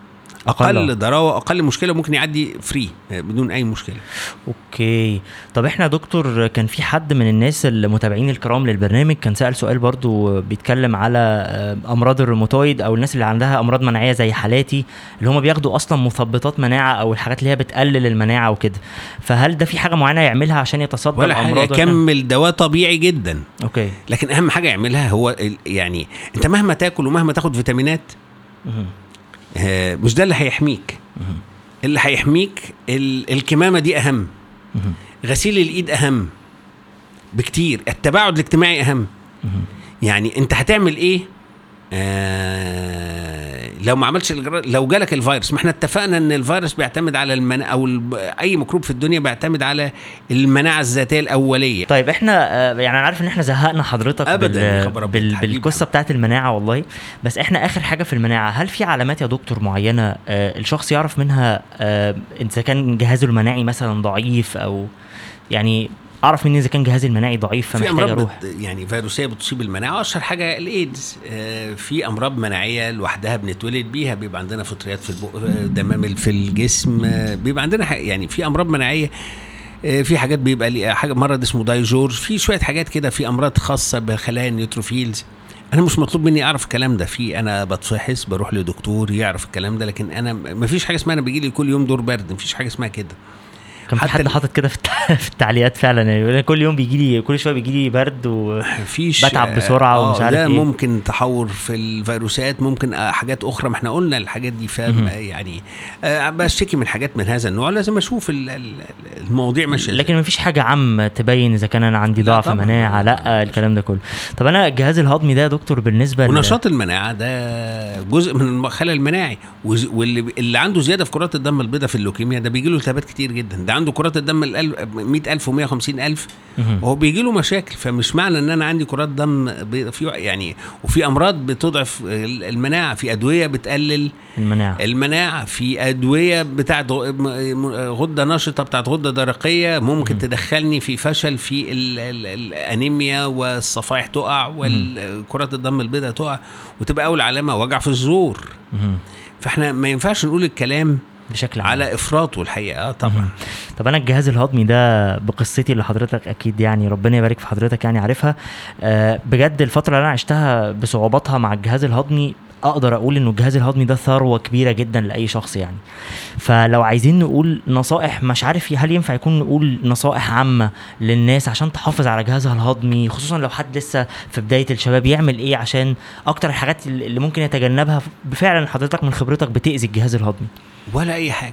اقل ضراوه اقل مشكله ممكن يعدي فري بدون اي مشكله. اوكي. طب احنا يا دكتور كان في حد من الناس المتابعين الكرام للبرنامج كان سأل سؤال برضو بيتكلم على امراض الروماتويد او الناس اللي عندها امراض مناعيه زي حالاتي اللي هم بياخدوا اصلا مثبطات مناعه او الحاجات اللي هي بتقلل المناعه وكده، فهل ده في حاجه معينه يعملها عشان يتصدى الامراض؟ ولا كمل دواء طبيعي جدا. اوكي. لكن اهم حاجه يعملها هو يعني انت مهما تاكل ومهما تاخد فيتامينات آه مش ده اللي هيحميك. اللي هيحميك الكمامه دي اهم، غسيل الايد اهم بكتير، التباعد الاجتماعي اهم. يعني انت هتعمل ايه آه لو ما عملش لو جالك الفيروس؟ ما احنا اتفقنا ان الفيروس بيعتمد على المناعه او اي ميكروب في الدنيا بيعتمد على المناعه الذاتيه الاوليه. طيب احنا يعني انا عارف ان احنا زهقنا حضرتك بال... بال... بالقصه بتاعه المناعه والله، بس احنا اخر حاجه في المناعه، هل في علامات يا دكتور معينه آه الشخص يعرف منها آه اذا كان جهازه المناعي مثلا ضعيف، او يعني اعرف منين اذا كان جهازي المناعي ضعيف فمحتاج اروح؟ يعني فيروسيه بتصيب المناعه، اشهر حاجه الايدز. آه في امراض مناعيه لوحدها بنتولد بيها، بيبقى عندنا فطريات في البق، دمامل في الجسم، آه بيبقى عندنا يعني في امراض مناعيه. آه في حاجات بيبقى لي حاجه مرض اسمه دايجورج، في شويه حاجات كده، في امراض خاصه بخلايا النيوتروفيلز. انا مش مطلوب مني اعرف الكلام ده، في انا بتفحص بروح لدكتور يعرف الكلام ده، لكن انا مفيش حاجه اسمها انا بيجي لي كل يوم دور برد، مفيش حاجه اسمها كده. كان في حد حاطط كده في التعليقات فعلا، يعني كل يوم بيجي لي كل شويه بيجي لي برد وبتعب بسرعه ومش عارف ايه. ممكن تحور في الفيروسات، ممكن حاجات اخرى، ما احنا قلنا الحاجات دي فاهم يعني. بشتكي من حاجات من هذا النوع، لازم اشوف المواضيع ماشيه، لكن ما فيش حاجه عام تبين اذا كان انا عندي ضعف مناعه لا الكلام ده كله. طب انا الجهاز الهضمي ده يا دكتور بالنسبه ونشاط المناعه ده جزء من الخلايا المناعي، واللي اللي عنده زياده في كرات الدم البيضاء في اللوكيميا ده بيجي له التهابات كتير جدا، ده عنده كرات الدم مئة ألف ومئة وخمسين ألف وهو بيجي له مشاكل. فمش معنى ان انا عندي كرات دم في يعني، وفي امراض بتضعف المناعه، في ادويه بتقلل المناعه المناعه في ادويه بتاعت غده نشطه بتاعت غده درقيه ممكن مم. تدخلني في فشل في ال ال الانيميا، والصفائح تقع والكرات الدم البيضاء تقع، وتبقى اول علامه وجع في الزور. مم. فاحنا ما ينفعش نقول الكلام بشكل عام على افراط والحقيقه طبعا. طب انا الجهاز الهضمي ده بقصتي اللي حضرتك اكيد يعني ربنا يبارك في حضرتك يعني عارفها، أه بجد الفتره اللي انا عشتها بصعوباتها مع الجهاز الهضمي اقدر اقول انه الجهاز الهضمي ده ثروه كبيره جدا لاي شخص يعني. فلو عايزين نقول نصائح، مش عارف هل ينفع يكون نقول نصائح عامه للناس عشان تحافظ على جهازها الهضمي، خصوصا لو حد لسه في بدايه الشباب، يعمل ايه عشان اكتر الحاجات اللي ممكن يتجنبها فعلا حضرتك من خبرتك بتأذي الجهاز الهضمي؟ ولا اي حاجه.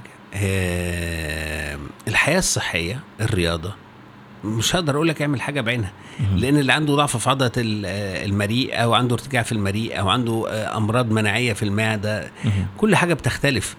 أه الحياه الصحيه، الرياضه، مش هقدر اقول لك اعمل حاجه بعينها، لان اللي عنده ضعف في عضله المريء او عنده ارتجاع في المريء او عنده امراض مناعيه في المعده، كل حاجه بتختلف.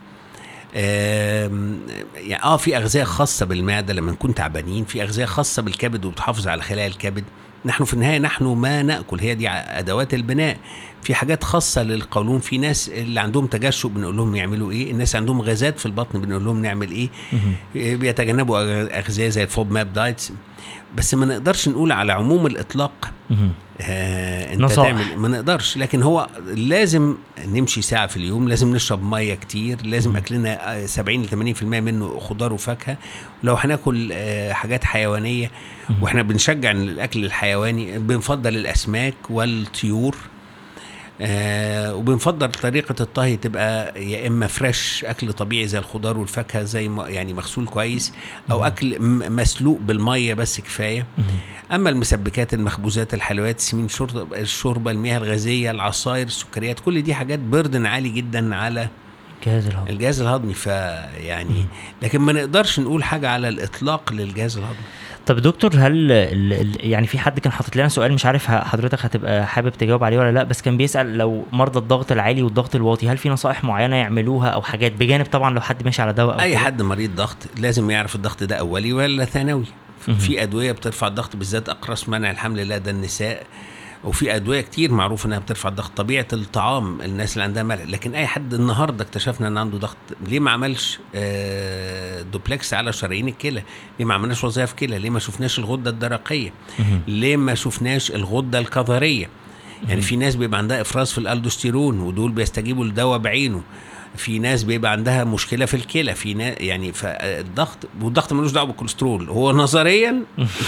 يعني اه في اغذيه خاصه بالمعده لما نكون تعبانين، في اغذيه خاصه بالكبد وبتحافظ على خلايا الكبد. نحن في النهايه نحن ما ناكل، هي دي ادوات البناء. في حاجات خاصه للقولون، في ناس اللي عندهم تجشؤ بنقول لهم يعملوا ايه، الناس عندهم غازات في البطن بنقول لهم نعمل ايه، بيتجنبوا اغذيه زي الفوب ماب دايتس. بس ما نقدرش نقول على عموم الاطلاق آه انت نصائح. تعمل، ما نقدرش، لكن هو لازم نمشي ساعه في اليوم، لازم نشرب ميه كتير، لازم اكلنا سبعين لثمانين في المية منه خضار وفاكهه. ولو هناكل آه حاجات حيوانيه، واحنا بنشجع الاكل الحيواني، بنفضل الاسماك والطيور. آه وبنفضل طريقة الطهي تبقى يا إما فريش، أكل طبيعي زي الخضار والفاكهة، زي يعني مغسول كويس، أو أكل مسلوق بالمية بس كفاية. أما المسبكات، المخبوزات، الحلويات، السمين، الشوربة، المياه الغازية، العصائر، السكريات، كل دي حاجات بردن عالي جدا على الجهاز الهضمي الجهاز الهضمي فيعني لكن ما نقدرش نقول حاجة على الإطلاق للجهاز الهضمي. طب دكتور، هل يعني في حد كان حاطط لنا سؤال، مش عارف حضرتك هتبقى حابب تجاوب عليه ولا لا، بس كان بيسأل لو مرضى الضغط العالي والضغط الواطي هل في نصائح معينة يعملوها او حاجات بجانب طبعا لو حد ماشي على دواء؟ اي حد مريض ضغط لازم يعرف الضغط ده اولي ولا ثانوي. في ادوية بترفع الضغط، بالذات اقراص منع الحمل لدى النساء، وفي ادويه كتير معروف انها بترفع الضغط. طبيعه الطعام، الناس اللي عندها ملح، لكن اي حد النهارده اكتشفنا ان عنده ضغط، ليه ما عملش آه دوبلكس على شرايين الكلى؟ ليه ما عملناش وظائف كلى؟ ليه ما شفناش الغده الدرقيه؟ ليه ما شفناش الغده الكظريه؟ يعني في ناس بيبقى عندها افراز في الالدوستيرون، ودول بيستجيبوا للدواء بعينه. في ناس بيبقى عندها مشكله في الكلى، في ناس يعني فالضغط، والضغط ملوش دعوه بالكوليسترول، هو نظريا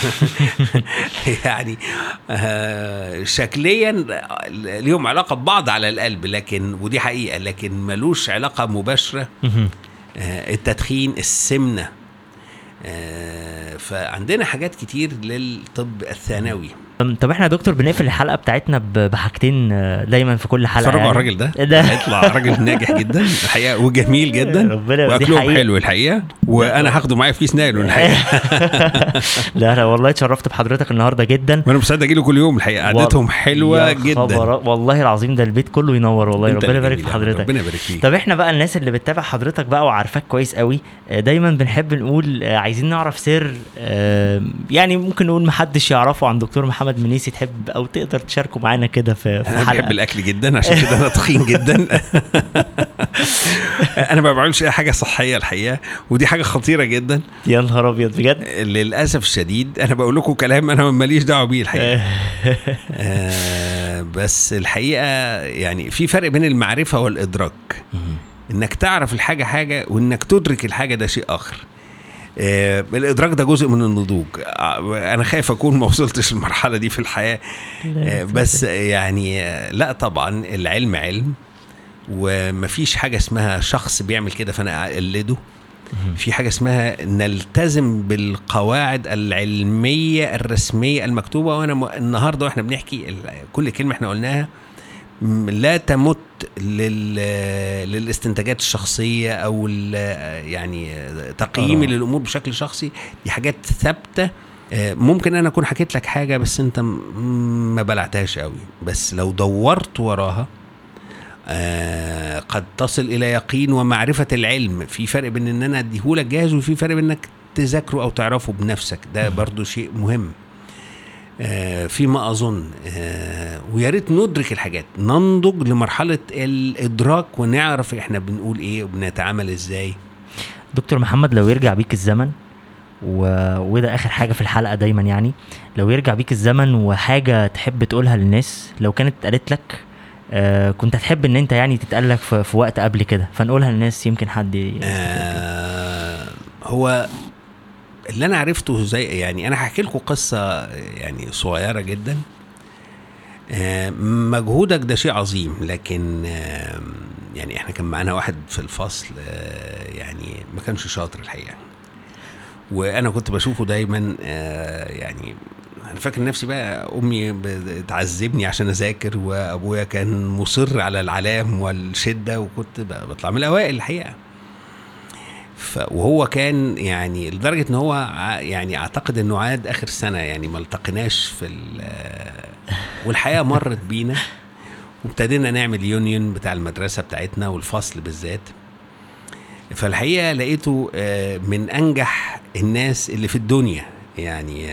يعني آه شكليا ليهم علاقه ببعض على القلب، لكن ودي حقيقه، لكن ملوش علاقه مباشره. آه التدخين، السمنه، آه فعندنا حاجات كتير للطب الثانوي. طب احنا يا دكتور بنقفل الحلقه بتاعتنا بحاجتين دايما في كل حلقه. اتفرجوا على الراجل ده هيطلع راجل ناجح جدا الحقيقه وجميل جدا واكلهم حلو الحقيقه، وانا هاخده معايا في سنانه الحقيقه. لا لا والله اتشرفت بحضرتك النهارده جدا، وانا مستعد اجي له كل يوم الحقيقه، قعدتهم حلوه جدا والله العظيم، ده البيت كله ينور والله. ربنا يبارك في حضرتك. ربنا يبارك فيك. طب احنا بقى الناس اللي بتتابع حضرتك بقى وعارفاك كويس قوي، دايما بنحب نقول عايزين نعرف سر يعني ممكن نقول محدش يعرفه عن دكتور محمد منيسي، تحب او تقدر تشاركه معانا كده في في حلقه. انا بحب الاكل جدا عشان كده انا تخين جدا. انا ما بعملش اي حاجه صحيه الحقيقه، ودي حاجه خطيره جدا. يا نهار ابيض بجد. للاسف الشديد انا بقول لكم كلام انا ماليش دعوه بيه الحقيقه. آه بس الحقيقه يعني في فرق بين المعرفه والادراك. انك تعرف الحاجه حاجه، وانك تدرك الحاجه ده شيء اخر. آه الادراك ده جزء من النضوج. آه انا خايف اكون ما وصلتش المرحله دي في الحياه. آه بس يعني آه لا طبعا العلم علم، ومفيش حاجه اسمها شخص بيعمل كده فانا اقلده. في حاجه اسمها نلتزم بالقواعد العلميه الرسميه المكتوبه. وانا النهارده واحنا بنحكي كل كلمه احنا قلناها لا تمت لل... للاستنتاجات الشخصية أو يعني تقييمي أوه. للأمور بشكل شخصي. دي حاجات ثابتة. ممكن أنا أكون حكيت لك حاجة بس أنت ما بلعتهاش قوي، بس لو دورت وراها قد تصل إلى يقين ومعرفة العلم. في فرق بين أن أنا أديهولك جاهز، وفي فرق بين أنك تذاكره أو تعرفه بنفسك. ده برضو شيء مهم آه فيما أظن. آه ويا ريت ندرك الحاجات، ننضج لمرحلة الإدراك ونعرف إحنا بنقول إيه وبنتعامل إزاي. دكتور محمد، لو يرجع بيك الزمن و... وده آخر حاجة في الحلقة دايما، يعني لو يرجع بيك الزمن وحاجة تحب تقولها للناس لو كانت اتقالت لك آه كنت هتحب إن أنت يعني تتقالك في... في وقت قبل كده، فنقولها للناس يمكن حد آه هو اللي انا عرفته زي يعني انا هحكي لكم قصه يعني صغيره جدا. مجهودك ده شيء عظيم، لكن يعني احنا كان معانا واحد في الفصل يعني ما كانش شاطر الحقيقه، وانا كنت بشوفه دايما يعني انا فاكر نفسي بقى امي بتعذبني عشان اذاكر، وابويا كان مصر على العلام والشده، وكنت بطلع من الاوائل الحقيقه. وهو كان يعني لدرجة ان هو يعني اعتقد انه عاد اخر سنة يعني ما التقناش في والحياة مرت بينا، وابتدينا نعمل يونيون بتاع المدرسة بتاعتنا والفصل بالذات. فالحقيقة لقيته من انجح الناس اللي في الدنيا يعني.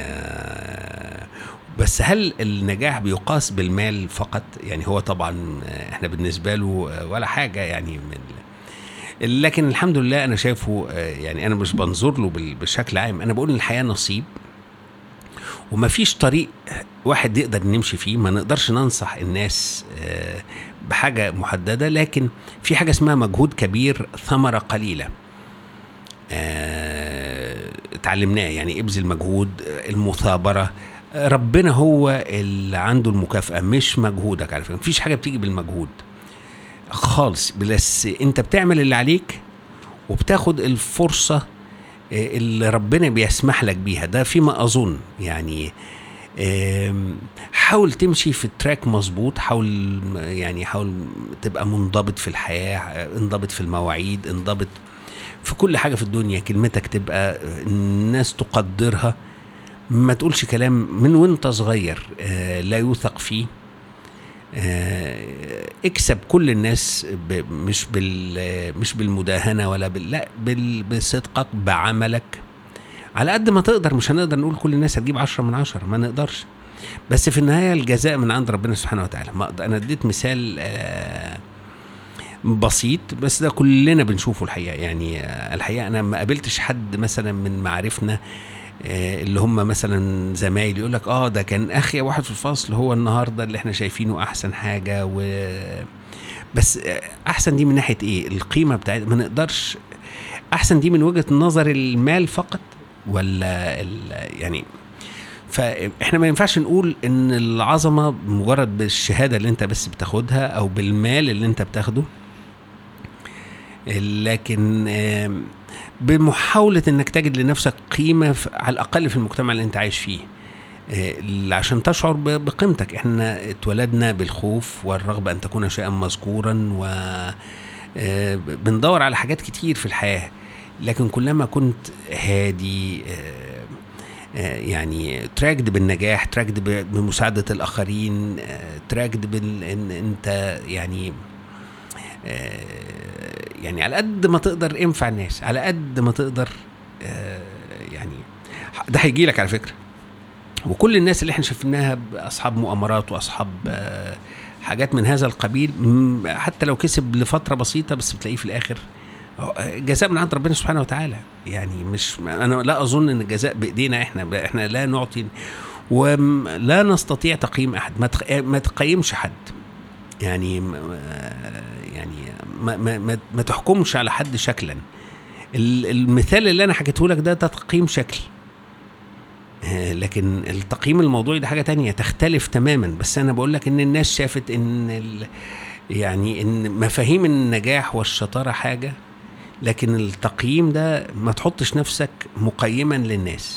بس هل النجاح بيقاس بالمال فقط؟ يعني هو طبعا احنا بالنسبة له ولا حاجة يعني من، لكن الحمد لله أنا شايفه يعني أنا مش بنظر له بشكل عام. أنا بقول إن الحياة نصيب، وما فيش طريق واحد يقدر نمشي فيه. ما نقدرش ننصح الناس بحاجة محددة، لكن في حاجة اسمها مجهود كبير ثمرة قليلة. اتعلمناه يعني ابذل مجهود، المثابرة. ربنا هو اللي عنده المكافأة مش مجهودك. على فكرة مفيش حاجة بتيجي بالمجهود خالص، بس انت بتعمل اللي عليك وبتاخد الفرصة اللي ربنا بيسمح لك بيها. ده فيما أظن يعني. حاول تمشي في التراك مظبوط، حاول يعني حاول تبقى منضبط في الحياة، انضبط في المواعيد، انضبط في كل حاجة في الدنيا. كلمتك تبقى الناس تقدرها، ما تقولش كلام من وانت صغير لا يوثق فيه. اكسب كل الناس مش بال مش بالمداهنه ولا بال لا بال بصدقك بعملك على قد ما تقدر. مش هنقدر نقول كل الناس هتجيب عشرة من عشرة، ما نقدرش، بس في النهايه الجزاء من عند ربنا سبحانه وتعالى. ما انا اديت مثال بسيط بس ده كلنا بنشوفه الحقيقه. يعني الحقيقه انا ما قابلتش حد مثلا من معارفنا اللي هم مثلا زمايل يقول لك اه ده كان اخي واحد في الفصل هو النهارده اللي احنا شايفينه احسن حاجه، و بس احسن دي من ناحيه ايه؟ القيمه بتاعت ما نقدرش. احسن دي من وجهه نظر المال فقط ولا يعني؟ فاحنا ما ينفعش نقول ان العظمه مجرد بالشهاده اللي انت بس بتاخدها او بالمال اللي انت بتاخده، لكن بمحاوله انك تجد لنفسك قيمه على الاقل في المجتمع اللي انت عايش فيه، عشان تشعر بقيمتك. احنا اتولدنا بالخوف والرغبه ان تكون شيئا مذكورا، وبندور على حاجات كتير في الحياه، لكن كلما كنت هادي يعني تراكد بالنجاح، تراكد بمساعدة الآخرين، تراكد بان انت يعني يعني على قد ما تقدر انفع الناس، على قد ما تقدر يعني ده هيجي لك على فكرة. وكل الناس اللي احنا شفناها أصحاب مؤامرات وأصحاب حاجات من هذا القبيل، حتى لو كسب لفترة بسيطة بس بتلاقيه في الآخر جزاء من عند ربنا سبحانه وتعالى. يعني مش انا لا اظن ان الجزاء بايدينا احنا، احنا لا نعطي ولا نستطيع تقييم احد. ما تقيمش حد يعني، يعني ما ما ما تحكمش على حد شكلا. المثال اللي انا حكيته لك ده ده تقييم شكلي، لكن التقييم الموضوعي ده حاجه تانية تختلف تماما. بس انا بقول لك ان الناس شافت ان يعني ان مفاهيم النجاح والشطاره حاجه، لكن التقييم ده ما تحطش نفسك مقيما للناس.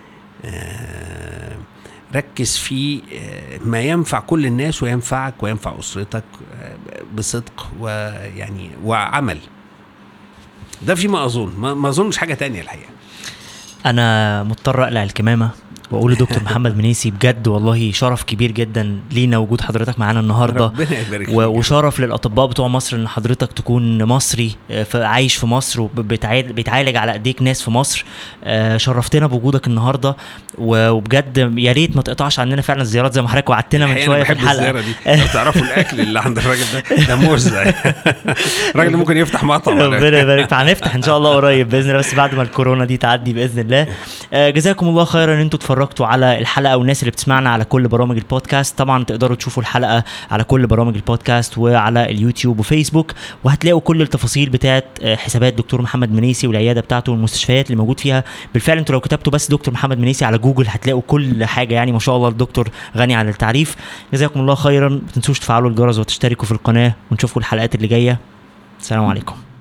ركز في ما ينفع كل الناس وينفعك وينفع أسرتك بصدق ويعني وعمل. ده فيما أظن، ما أظنش حاجة تانية الحقيقة. أنا مضطر أقلع الكمامة وأقول لدكتور محمد منيسي بجد والله شرف كبير جدا لينا وجود حضرتك معانا النهارده، وشرف للأطباء بتوع مصر ان حضرتك تكون مصري عايش في مصر وبتعالج على ايديك ناس في مصر. شرفتنا بوجودك النهارده، وبجد يا ريت ما تقطعش عننا فعلا الزيارات زي ما حضرتك وعدتنا من شويه في الحلقه دي. تعرفوا الاكل اللي عند الراجل ده ده موزع. الراجل ممكن يفتح مطعم. ربنا يبارك. هنفتح ان شاء الله قريب باذن الله، بس بعد ما الكورونا دي تعدي باذن الله. جزاكم الله خيرا ان انتوا اتفرجتوا على الحلقه، والناس اللي بتسمعنا على كل برامج البودكاست طبعا تقدروا تشوفوا الحلقه على كل برامج البودكاست وعلى اليوتيوب وفيسبوك، وهتلاقوا كل التفاصيل بتاعه حسابات دكتور محمد منيسي والعياده بتاعته والمستشفيات اللي موجود فيها. بالفعل انتوا لو كتبتوا بس دكتور محمد منيسي على جوجل هتلاقوا كل حاجه، يعني ما شاء الله الدكتور غني عن التعريف. جزاكم الله خيرا، ما تنسوش تفعلوا الجرس وتشتركوا في القناه، ونشوفكم الحلقات اللي جايه. السلام عليكم.